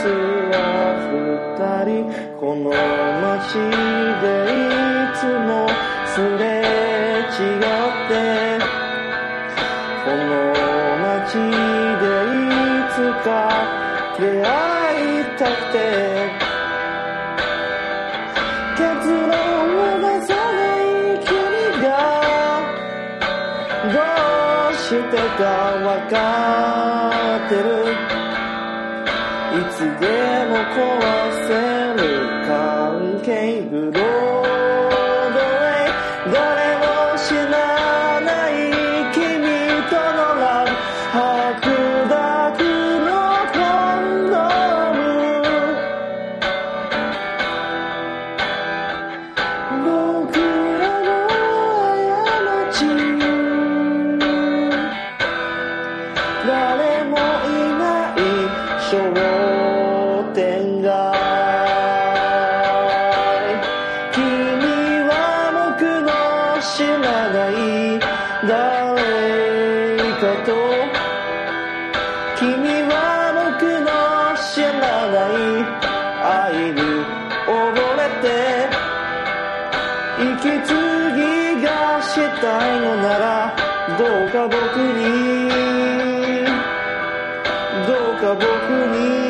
は二人この街でいつもすれ違ってこの街でいつか出会いたくて結論を出さない君がどうしてかわかってるいつでも壊せる関係ブロードウェイ誰も知らない君とのラブ白濁のコンドーム僕らの過ち誰もいない商店街君は僕の知らない誰かと君は僕の知らない愛に溺れて息継ぎがしたいのならどうか僕にどうか僕に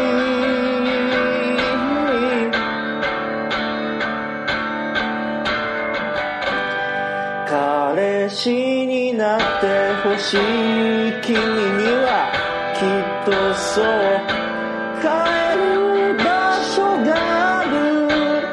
彼氏になってほしい君にはきっとそう帰る場所がある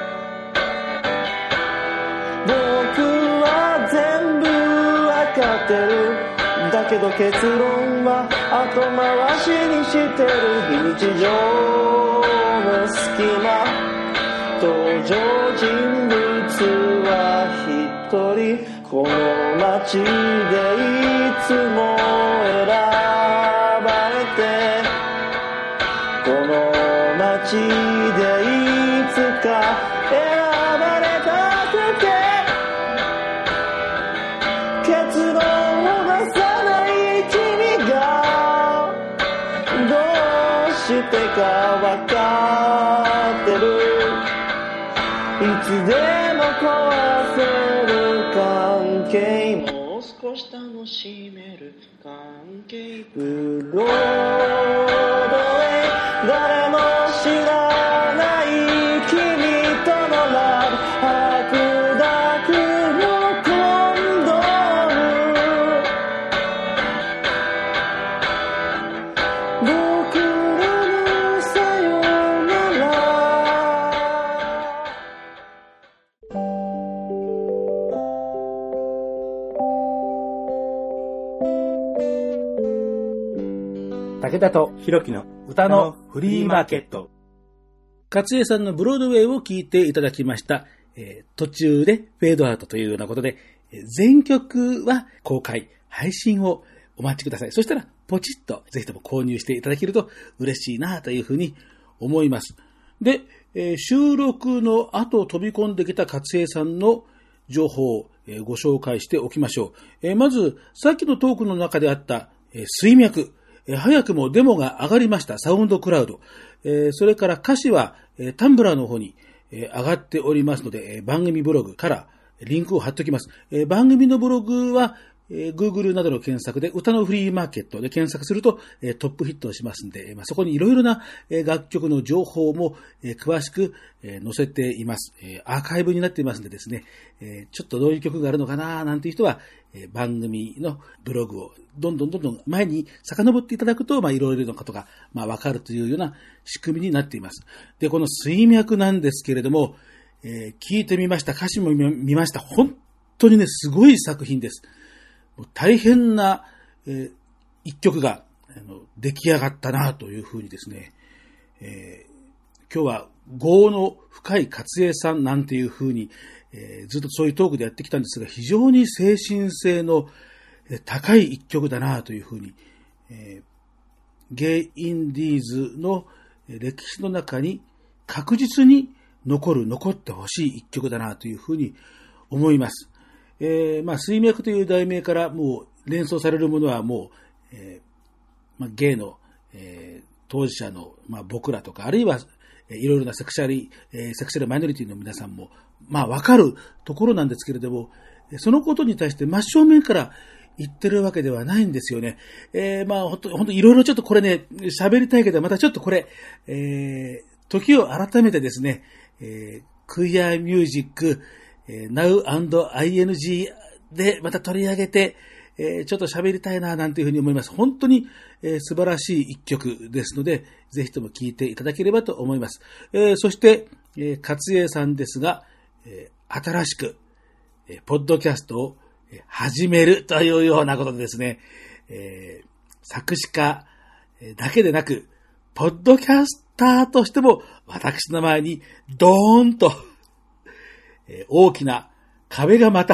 僕は全部わかってるだけど結論は後回しにしてる非日常の隙間登場人物は一人この街でいつも選ばれてこの街でいつか選ばれたくて結論を出さない君がどうしてかわかってるいつでも壊せる関係もう少し楽しめる関係ブロードウェイ誰も知らない君とのラブ白濁のコンドーム僕らのさよなら武田とひろきの歌のフリーマーケット。 勝江さんのブロードウェイを聴いていただきました。途中でフェードアウトというようなことで、全曲は公開、配信をお待ちください。そしたらポチッとぜひとも購入していただけると嬉しいなというふうに思います。で、収録の後飛び込んできた勝江さんの情報をご紹介しておきましょう。まず、さっきのトークの中であった水脈。早くもデモが上がりました。サウンドクラウド。それから歌詞はタンブラーの方に上がっておりますので、番組ブログからリンクを貼っておきます。番組のブログはGoogle などの検索で歌のフリーマーケットで検索するとトップヒットをしますので、そこにいろいろな楽曲の情報も詳しく載せています。アーカイブになっていますのでですね、ちょっとどういう曲があるのかななんていう人は番組のブログをどんどん前に遡っていただくと、いろいろなことがわかるというような仕組みになっています。で、この水脈なんですけれども、聞いてみました。歌詞も見ました。本当にね、すごい作品です。大変な、一曲が出来上がったなというふうにですね、 今日は業の深い勝栄さんなんていうふうに、ずっとそういうトークでやってきたんですが、非常に精神性の高い一曲だなというふうに、ゲイインディーズの歴史の中に確実に残ってほしい一曲だなというふうに思います。水脈という題名からもう連想されるものはもう、ゲイの、当事者の、僕らとか、あるいはいろいろなセクシャルマイノリティの皆さんも、わかるところなんですけれども、そのことに対して真正面から言ってるわけではないんですよね。本当いろいろちょっとこれね、喋りたいけど、またちょっとこれ、時を改めてですね、クイアミュージック、Now and ING でまた取り上げて、ちょっと喋りたいななんていうふうに思います。本当に、素晴らしい一曲ですので、ぜひとも聴いていただければと思います。そして、勝栄さんですが、新しく、ポッドキャストを始めるというようなことでですね、作詞家だけでなく、ポッドキャスターとしても私の前にドーンと大きな壁がまた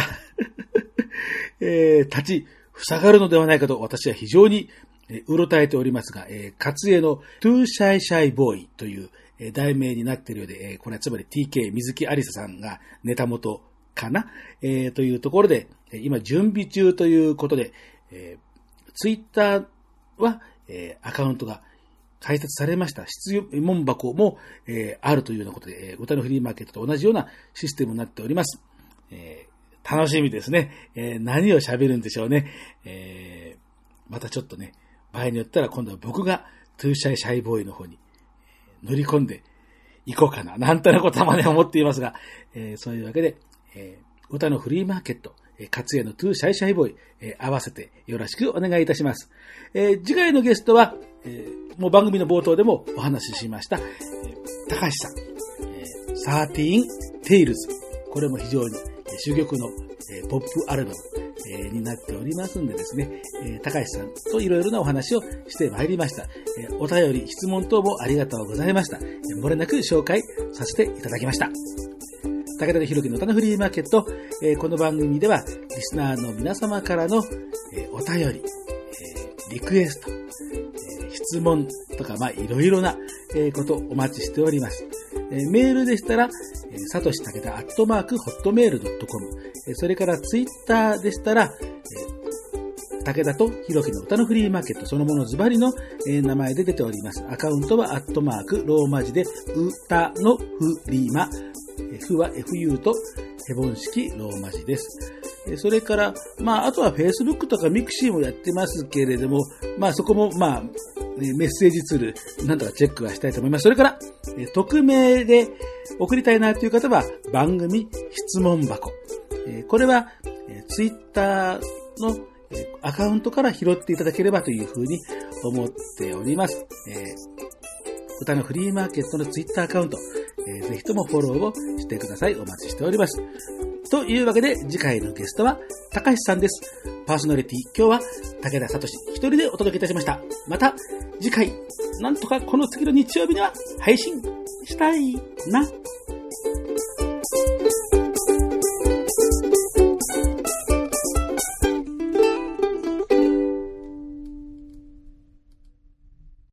立ち塞がるのではないかと私は非常にうろたえておりますが、勝栄の Too Shy Shy Boy という題名になっているようで、これはつまり TK 水木有沙さんがネタ元かな、というところで、今準備中ということで、ツイッターは、アカウントが開設されました。質問箱も、あるというようなことで、歌のフリーマーケットと同じようなシステムになっております。楽しみですね。何を喋るんでしょうね。またちょっとね、場合によったら今度は僕がトゥーシャイシャイボーイの方に乗り込んでいこうかな。なんとなくたまに思っていますが、そういうわけで、歌のフリーマーケット、勝栄のトゥーシャイシャイボーイ、合わせてよろしくお願いいたします。次回のゲストは、もう番組の冒頭でもお話ししました、高橋さん、13 Tales。これも非常に珠玉の、ポップアルバム、になっておりますんでですね、高橋さんといろいろなお話をしてまいりました。お便り、質問等もありがとうございました。漏れなく紹介させていただきました。武田弘樹の歌のフリーマーケット、この番組ではリスナーの皆様からの、お便り、リクエスト、質問とかいろいろな、ことをお待ちしております。メールでしたら、さとし武田@hotmail.com、それからツイッターでしたら、武田とひろきの歌のフリーマーケットそのものズバリの、名前で出ております。アカウントは@ローマ字で歌のフリマ、F は FU とヘボン式ローマ字です。それから、あとは Facebook とか Mixi もやってますけれども、そこも、メッセージツール、なんとかチェックはしたいと思います。それから、匿名で送りたいなという方は、番組質問箱。これは、Twitter のアカウントから拾っていただければというふうに思っております。歌のフリーマーケットのツイッターアカウント、ぜひともフォローをしてください。お待ちしております。というわけで、次回のゲストは高橋さんです。パーソナリティ、今日は武田聡一人でお届けいたしました。また次回、なんとかこの次の日曜日には配信したいな。